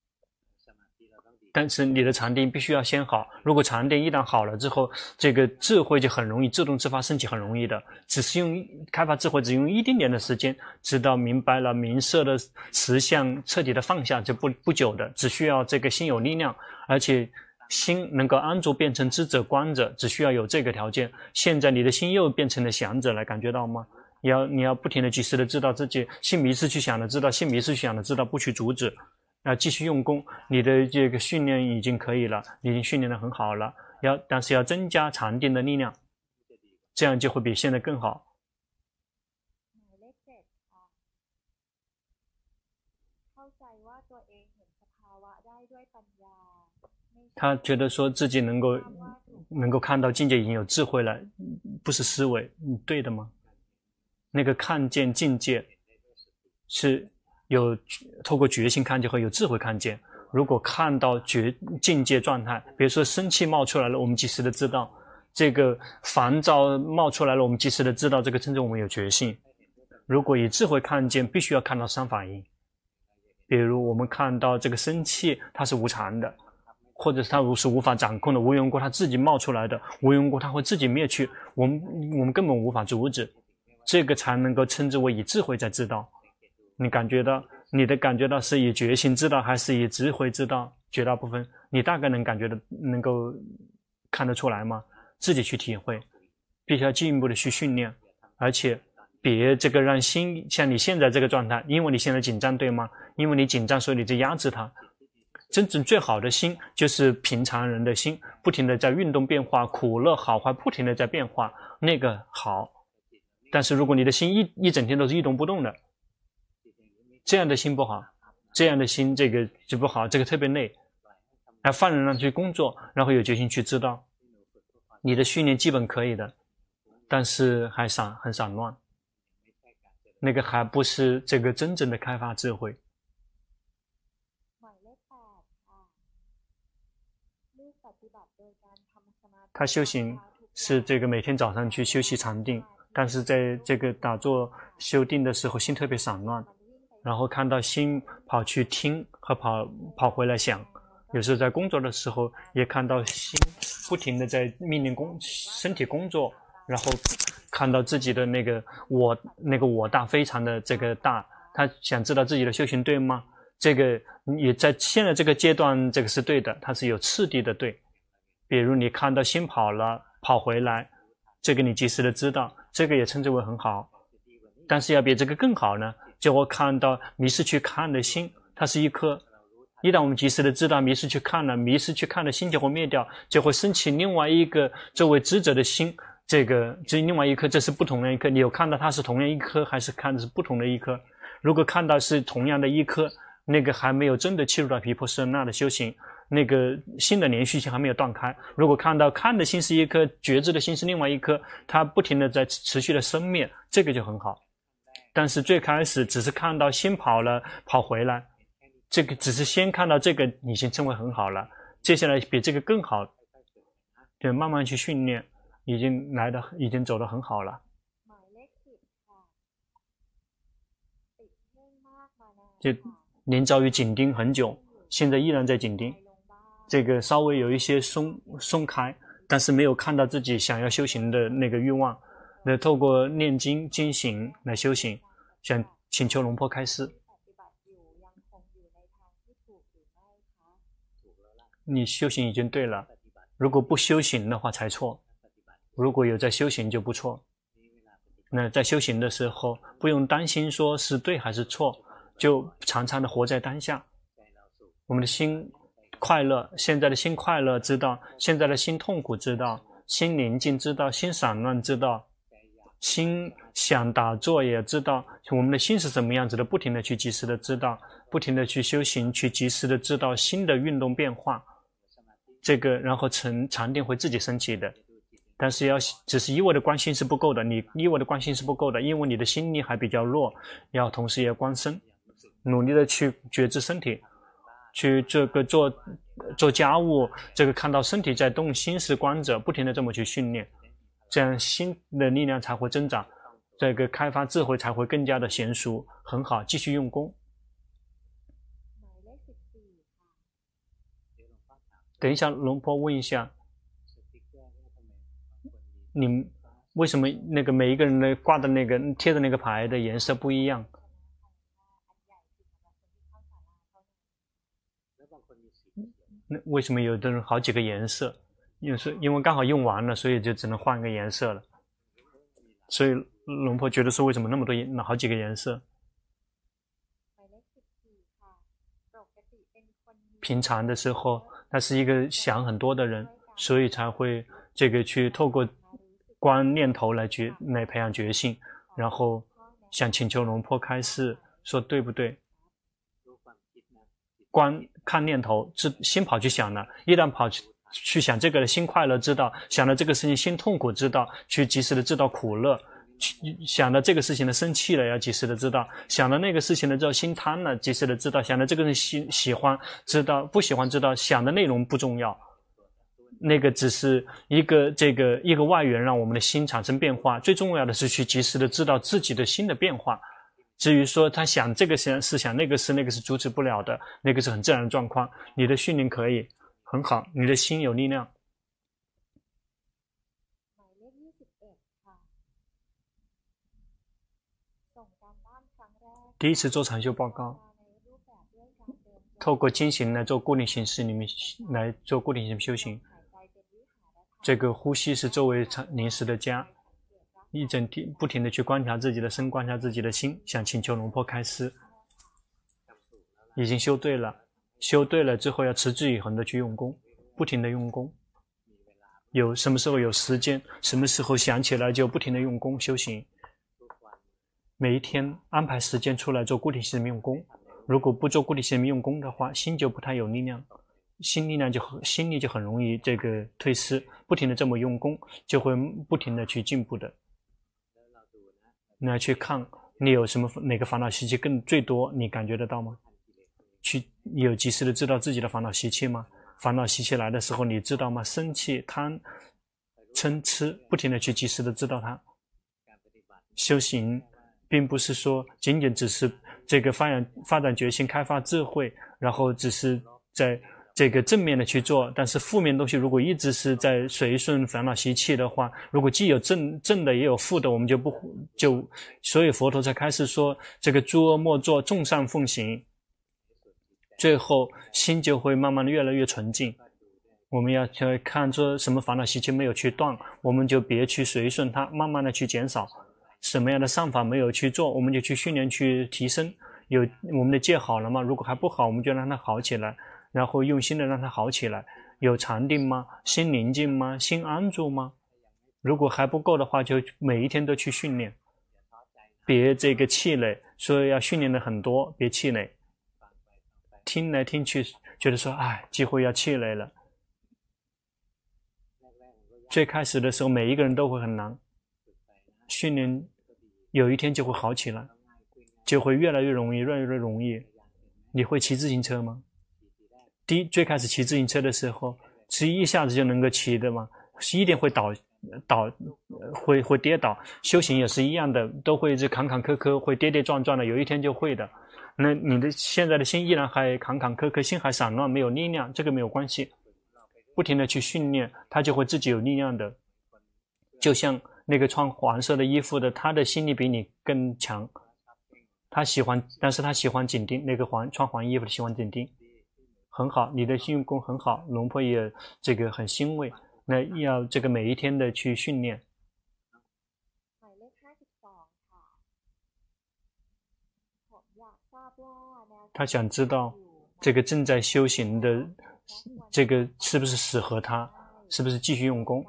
但是你的禅定必须要先好，如果禅定一旦好了之后，这个智慧就很容易自动自发升起，很容易的。只是用开发智慧，只用一点点的时间，直到明白了明色的实相，彻底的放下，就不久的。只需要这个心有力量，而且心能够安住变成知者观者，只需要有这个条件。现在你的心又变成了想者了，感觉到吗？你要不停的及时的知道自己心迷失去想的，知道心迷失去想的，知道不去阻止。继续用功，你的这个训练已经可以了，你已经训练得很好了。但是要增加禅定的力量，这样就会比现在更好。他觉得说自己能够看到境界已经有智慧了，不是思维，对的吗？那个看见境界是有透过觉性看见和有智慧看见。如果看到境界状态，比如说生气冒出来了，我们及时的知道；这个烦躁冒出来了，我们及时的知道，这个真正我们有觉性。如果以智慧看见，必须要看到三法印。比如我们看到这个生气，它是无常的，或者是它是无法掌控的，无缘无故它自己冒出来的，无缘无故它会自己灭去，我们根本无法阻止，这个才能够称之为以智慧在知道。你的感觉到是以觉性知道还是以智慧知道？绝大部分你大概能感觉的，能够看得出来吗？自己去体会，必须要进一步的去训练，而且别这个让心像你现在这个状态，因为你现在紧张，对吗？因为你紧张，所以你在压制它。真正最好的心就是平常人的心，不停的在运动变化，苦乐好坏不停的在变化，那个好。但是如果你的心一整天都是一动不动的，这样的心不好，这样的心这个就不好，这个特别累。要放任让去工作，然后有决心去知道，你的训练基本可以的，但是还很散乱，那个还不是这个真正的开发智慧。他修行是这个每天早上去休息禅定，但是在这个打坐修定的时候，心特别散乱，然后看到心跑去听和跑回来想，有时候在工作的时候也看到心不停的在命令身体工作，然后看到自己的那个我大非常的这个大，他想知道自己的修行对吗？这个也在现在这个阶段，这个是对的，它是有次第的对。比如你看到心跑了跑回来，这个你及时的知道，这个也称之为很好。但是要比这个更好呢，就我看到迷失去看的心，它是一颗一旦我们及时的知道迷失去看了，迷失去看了，心就会灭掉，就会升起另外一个作为知者的心。这另外一颗，这是不同的一颗。你有看到它是同样一颗，还是看的是不同的一颗？如果看到是同样的一颗，那个还没有真的切入到毗婆舍那的修行，那个心的连续性还没有断开。如果看到看的心是一颗，觉知的心是另外一颗，它不停的在持续的生灭，这个就很好。但是最开始只是看到心跑了跑回来，这个只是先看到这个已经称为很好了，接下来比这个更好，就慢慢去训练，已经走得很好了。就连遭于紧盯很久，现在依然在紧盯，这个稍微有一些松开，但是没有看到自己想要修行的那个欲望。那透过念经经行来修行，想请求龙婆开示。你修行已经对了，如果不修行的话才错，如果有在修行就不错。那在修行的时候不用担心说是对还是错，就常常的活在当下。我们的心快乐，现在的心快乐知道，现在的心痛苦知道，心宁静知道，心散乱知道，心想打坐也知道，我们的心是什么样子的，不停的去及时的知道，不停的去修行，去及时的知道心的运动变化。这个然后禅定会自己升起的。但是只是一味的关心是不够的，你一味的关心是不够的，因为你的心力还比较弱，要同时也要观身，努力的去觉知身体，去这个做家务，这个看到身体在动，心是观者，不停的这么去训练，这样心的力量才会增长，这个开发智慧才会更加的娴熟，很好，继续用功。等一下，龙婆问一下，你为什么那个每一个人的挂的那个贴的那个牌的颜色不一样？那为什么有的人好几个颜色？因为刚好用完了，所以就只能换一个颜色了。所以龙婆觉得说，为什么那么多好几个颜色？平常的时候，他是一个想很多的人，所以才会这个去透过观念头来培养觉性，然后想请求龙婆开示，说对不对？看念头，心跑去想了，一旦跑去想这个，心快乐知道，想了这个事情心痛苦知道，去及时的知道苦乐，想了这个事情的生气了要及时的知道，想了那个事情的之后心贪了及时的知道，想了这个人喜欢知道，不喜欢知道，想的内容不重要，那个只是一个外缘让我们的心产生变化，最重要的是去及时的知道自己的心的变化。至于说他想这个是想那个是阻止不了的，那个是很自然的状况，你的训练可以很好，你的心有力量。第一次做禅修报告，透过经行来做固定形式里面来做固定性修行，这个呼吸是作为临时的家，一整天不停的去观察自己的身，观察自己的心，想请求龙婆开示。已经修对了，修对了之后要持之以恒的去用功，不停的用功，有什么时候有时间，什么时候想起来就不停的用功修行，每一天安排时间出来做固定性用功。如果不做固定性用功的话，心就不太有力量，心力就很容易这个退失，不停的这么用功，就会不停的去进步的。那去看你有什么哪个烦恼习气最多，你感觉得到吗？你有及时的知道自己的烦恼习气吗？烦恼习气来的时候你知道吗？生气、贪、嗔、痴，不停的去及时的知道它。修行并不是说仅仅只是这个发展决心、开发智慧，然后只是在这个正面的去做，但是负面东西如果一直是在随顺烦恼习气的话，如果既有正的也有负的，我们所以佛陀才开始说这个诸恶莫作，众善奉行，最后心就会慢慢的越来越纯净。我们要去看出什么烦恼习气没有去断，我们就别去随顺它，慢慢的去减少。什么样的善法没有去做，我们就去训练去提升。 我们的戒好了吗？如果还不好，我们就让它好起来，然后用心的让它好起来。有禅定吗？心宁静吗？心安住吗？如果还不够的话，就每一天都去训练，别这个气馁，说要训练的很多，别气馁。听来听去，觉得说，哎，几乎要气馁了。最开始的时候，每一个人都会很难，训练有一天就会好起来，就会越来越容易，越来越容易。你会骑自行车吗？最开始骑自行车的时候，是一下子就能够骑的吗？是一定会会跌倒。修行也是一样的，都会是坎坎坷坷，会跌跌撞撞的，有一天就会的。那你的现在的心依然还坎坎坷坷，心还散乱，没有力量，这个没有关系，不停的去训练，它就会自己有力量的。就像那个穿黄色的衣服的，他的心力比你更强，但是他喜欢紧盯，那个穿黄衣服的喜欢紧盯。很好，你的运功很好，龙婆也这个很欣慰。那要这个每一天的去训练。他想知道这个正在修行的这个是不是适合他，是不是继续用功。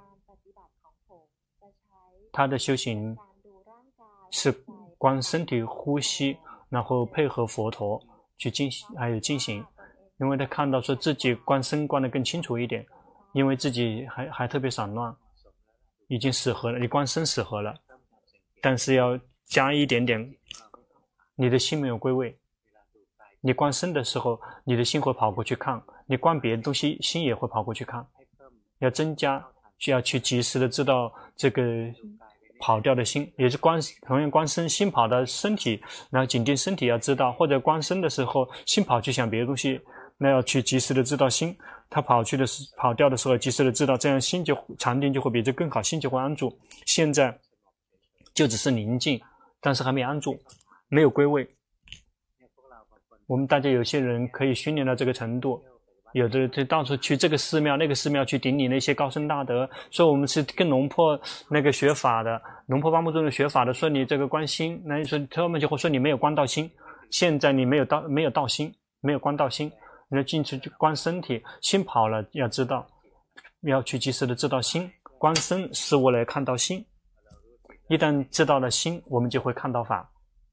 他的修行是观身体呼吸，然后配合佛陀去进行，因为他看到说自己观身观得更清楚一点，因为自己还特别散乱，已经适合了，你观身适合了，但是要加一点点，你的心没有归位。你观身的时候，你的心会跑过去看，你观别的东西，心也会跑过去看。要增加，需要去及时的知道这个跑掉的心，也是同样观身，心跑到身体，然后紧盯身体要知道，或者观身的时候，心跑去想别的东西，那要去及时的知道心，它跑掉的时候，及时的知道，这样心就禅定就会比这更好，心就会安住。现在就只是宁静，但是还没安住，没有归位。我们大家有些人可以训练到这个程度，有的就到处去这个寺庙那个寺庙去顶礼那些高僧大德，说我们是跟龙婆那个学法的，龙婆巴木宗的学法的，说你这个观心，那说他们就会说你没有观到心。现在你没有到心，没有观到心，你要进去去观身体，心跑了要知道，要去及时的知道心，观身是为了看到心，一旦知道了心，我们就会看到法。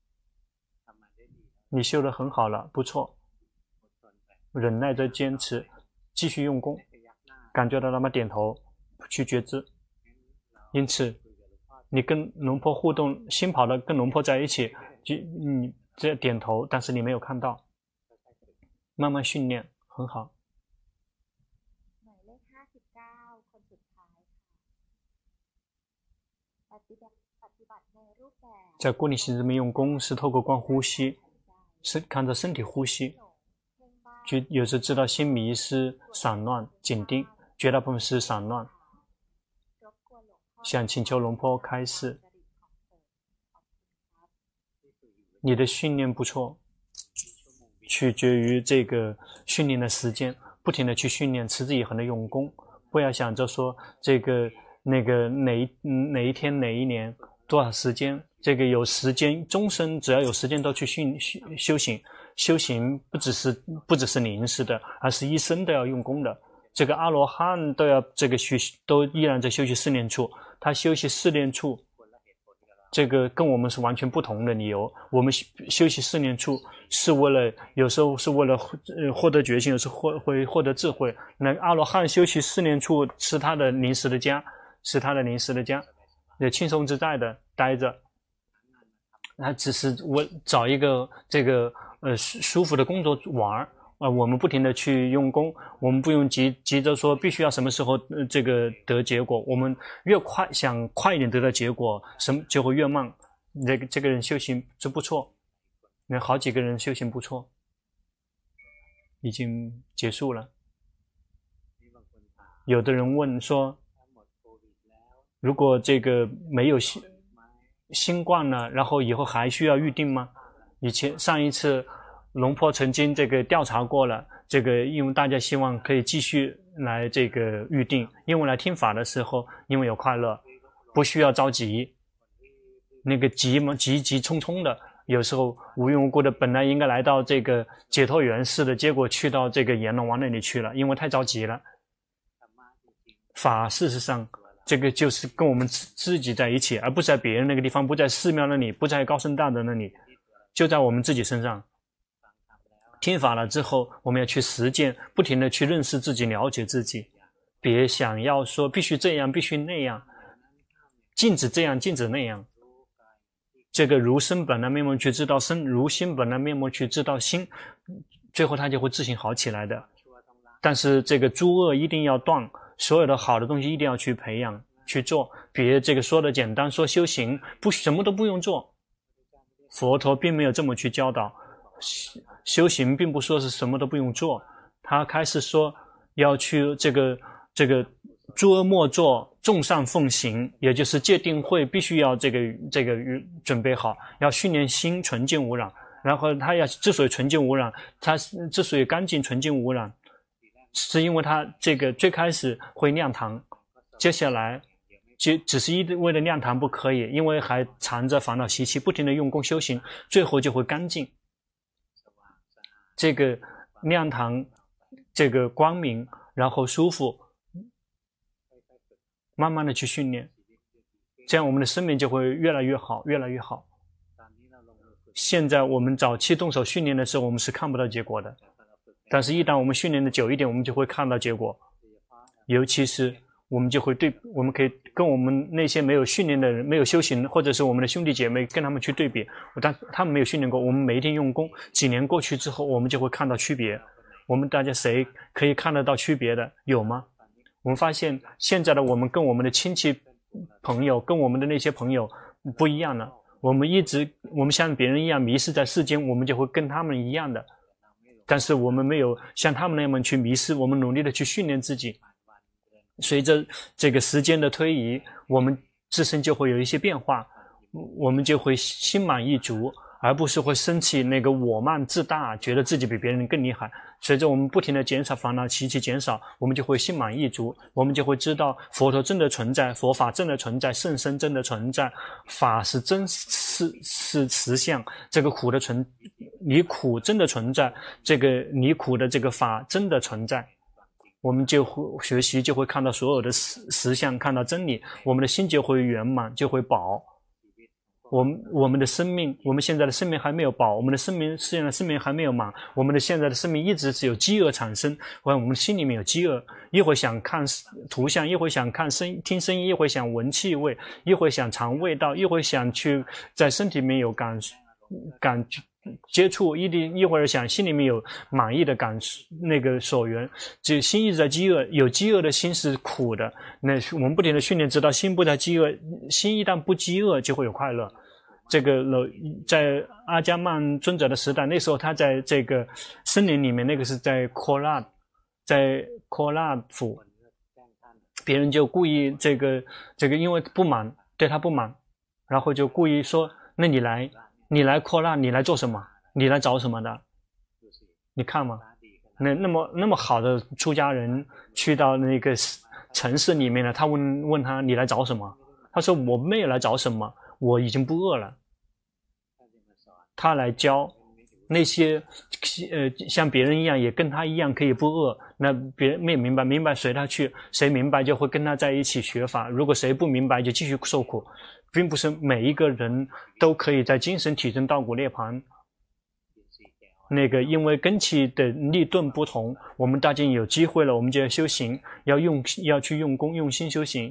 你修得很好了，不错，忍耐着坚持，继续用功，感觉到那么点头去觉知。因此你跟龙婆互动，心跑的跟龙婆在一起，你这点头，但是你没有看到，慢慢训练很好。在固定形式里面用功是透过观呼吸，是看着身体呼吸，就有时知道心迷失、散乱、紧盯，绝大部分是散乱。想请求龙婆开示，你的训练不错，取决于这个训练的时间，不停的去训练，持之以恒的用功，不要想着说这个那个哪一天哪一年多少时间，这个有时间，终身只要有时间都去修行。修行不只是临时的，而是一生都要用功的。这个阿罗汉都要这个都依然在休息四念处，他休息四念处，这个跟我们是完全不同的理由。我们休息四念处是为了，有时候是为了获得决心，有时候会获得智慧。那阿罗汉休息四念处是他的临时的家，也轻松自在的待着。他只是找一个这个舒服的工作玩我们不停的去用功，我们不用急着说必须要什么时候这个得结果，我们越想快一点得到结果，就会越慢。这个人修行是不错，那好几个人修行不错，已经结束了。有的人问说，如果这个没有新冠了，然后以后还需要预定吗？上一次龙婆曾经这个调查过了，这个因为大家希望可以继续来这个预定，因为来听法的时候，因为有快乐，不需要着急，那个急匆匆的有时候无缘无故的本来应该来到这个解脱园似的，结果去到这个阎罗王那里去了，因为太着急了。法事实上这个就是跟我们自己在一起，而不在别人那个地方，不在寺庙那里，不在高僧大德那里，就在我们自己身上。听法了之后，我们要去实践，不停的去认识自己，了解自己，别想要说必须这样，必须那样，禁止这样，禁止那样。这个如身本来面目去知道身，如心本来面目去知道心，最后它就会自行好起来的。但是这个诸恶一定要断，所有的好的东西一定要去培养去做，别这个说的简单，说修行不什么都不用做，佛陀并没有这么去教导。修行并不说是什么都不用做，他开始说要去这个诸恶莫作，众善奉行，也就是戒定慧必须要这个准备好，要训练心纯净无染。然后他要之所以纯净无染，他之所以干净纯净无染，是因为他这个最开始会酿糖，接下来只是为了酿糖不可以，因为还藏着烦恼习气，不停的用功修行，最后就会干净。这个酿糖，这个光明，然后舒服，慢慢的去训练，这样我们的生命就会越来越好，越来越好。现在我们早期动手训练的时候，我们是看不到结果的，但是一旦我们训练的久一点，我们就会看到结果。尤其是我们可以跟我们那些没有训练的人，没有修行，或者是我们的兄弟姐妹，跟他们去对比。但他们没有训练过，我们每一天用功，几年过去之后，我们就会看到区别。我们大家谁可以看得到区别的？有吗？我们发现现在的我们跟我们的亲戚朋友，跟我们的那些朋友不一样了。我们像别人一样迷失在世间，我们就会跟他们一样的。但是我们没有像他们那样去迷失，我们努力的去训练自己。随着这个时间的推移，我们自身就会有一些变化，我们就会心满意足，而不是会生起那个我慢自大，觉得自己比别人更厉害。随着我们不停的减少烦恼习气减少，我们就会心满意足，我们就会知道佛陀真的存在，佛法真的存在，圣身真的存在，法是真是实相，这个苦的离苦真的存在，这个离苦的这个法真的存在。我们就会学习，就会看到所有的实相，看到真理，我们的心就会圆满，就会饱。我们的生命，我们现在的生命还没有饱，我们的生命还没有满，我们的现在的生命一直是有饥饿产生，我们心里面有饥饿，一会想看图像，一会想听声音，一会想闻气味，一会想尝味道，一会想去在身体里面有感接触，一会儿想心里面有满意的那个所缘，这心一直在饥饿，有饥饿的心是苦的。那我们不停的训练，直到心不再饥饿，心一旦不饥饿，就会有快乐。这个在阿伽曼尊者的时代，那时候他在这个森林里面，那个是在科拉府，别人就故意这个因为对他不满，然后就故意说：“那你来扩拉，你来做什么？你来找什么的？你看嘛，那么好的出家人去到那个城市里面了，他问他你来找什么？他说我没有来找什么，我已经不饿了。他来教那些像别人一样，也跟他一样可以不饿。那别人没有明白随他去，谁明白就会跟他在一起学法。如果谁不明白，就继续受苦。并不是每一个人都可以在精神体证道果涅槃。那个因为根器的力顿不同，我们大家有机会了，我们就要修行，要去用功用心修行。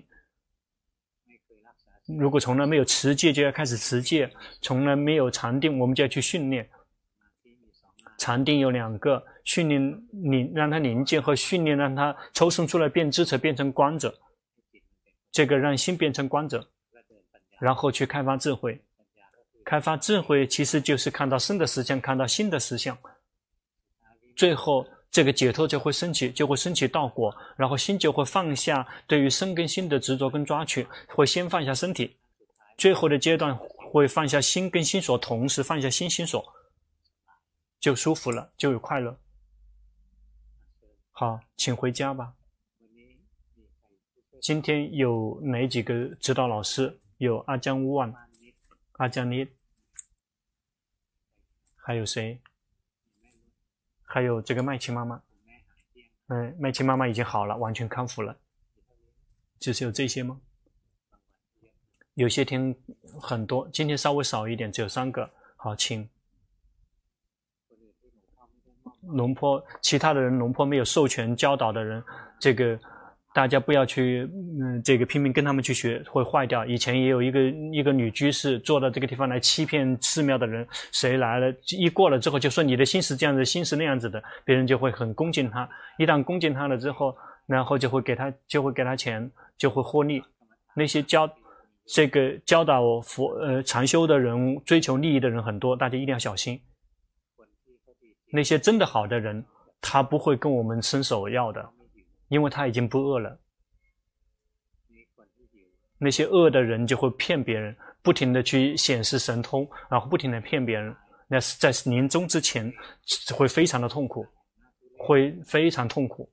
如果从来没有持戒，就要开始持戒；从来没有禅定，我们就要去训练。禅定有两个，训练让它宁静，和训练让它抽生出来变智者，变成观者。这个让心变成观者，然后去开发智慧。开发智慧其实就是看到生的实相，看到心的实相，最后这个解脱就会升起道果，然后心就会放下对于身跟心的执着跟抓取，会先放下身体，最后的阶段会放下心跟心所同时，放下心所，就舒服了，就有快乐。好，请回家吧。今天有哪几个指导老师？有阿江万、阿江尼、 还有谁？还有这个麦琪妈妈。麦琪妈妈已经好了，完全康复了。就是有这些吗？有些天很多，今天稍微少一点，只有3个。好，请。龙坡，其他的人龙坡没有授权教导的人，这个大家不要去这个拼命跟他们去学，会坏掉。以前也有一个女居士坐到这个地方来欺骗寺庙的人，谁来了一过了之后就说你的心是这样子，心是那样子的，别人就会很恭敬他。一旦恭敬他了之后，然后就会给他钱，就会获利。那些教导禅修的人，追求利益的人很多，大家一定要小心。那些真的好的人，他不会跟我们伸手要的，因为他已经不饿了。那些恶的人就会骗别人，不停的去显示神通，然后不停的骗别人。那是在临终之前会非常的痛苦，会非常痛苦。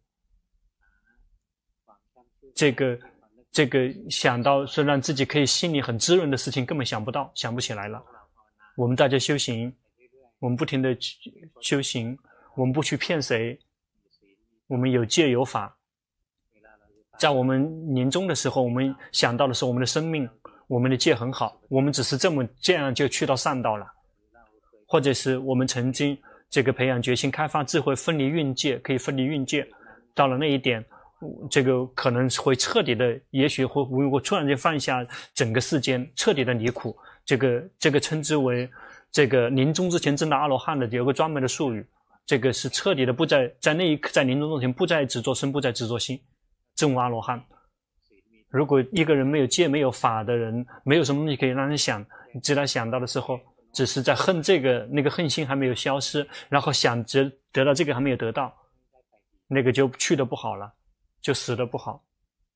这个想到是让自己可以心里很滋润的事情，根本想不起来了。我们大家修行，我们不停的修行，我们不去骗谁，我们有戒有法。在我们临终的时候，我们想到的是我们的生命，我们的戒很好，我们只是这样就去到善道了。或者是我们曾经这个培养决心，开发智慧，分离蕴界，可以分离蕴界，到了那一点，这个可能会彻底的，也许会如果突然间放下整个世间，彻底的离苦，这个称之为这个临终之前证到阿罗汉的有个专门的术语，这个是彻底的不再在那一刻，在临终之前不再执着身，不再执着心，证悟阿罗汉。如果一个人没有戒没有法的人，没有什么东西可以让人想，直到想到的时候，只是在恨这个，那个恨心还没有消失，然后想得到这个还没有得到，那个就去的不好了，就死的不好。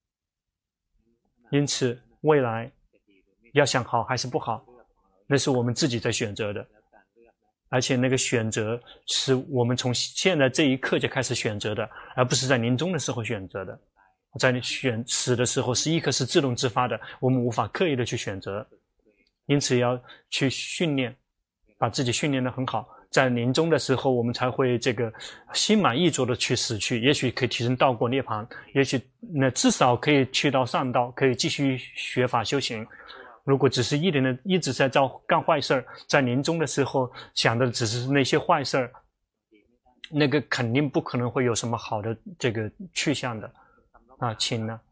因此未来要想好还是不好，那是我们自己在选择的，而且那个选择是我们从现在这一刻就开始选择的，而不是在临终的时候选择的。在你死的时候是一刻是自动自发的，我们无法刻意的去选择，因此要去训练，把自己训练得很好，在临终的时候我们才会这个心满意足的去死去，也许可以提升道果涅槃，也许至少可以去到上道，可以继续学法修行。如果只是一直在干坏事儿，在临终的时候想的只是那些坏事儿，那个肯定不可能会有什么好的这个去向的。请呢。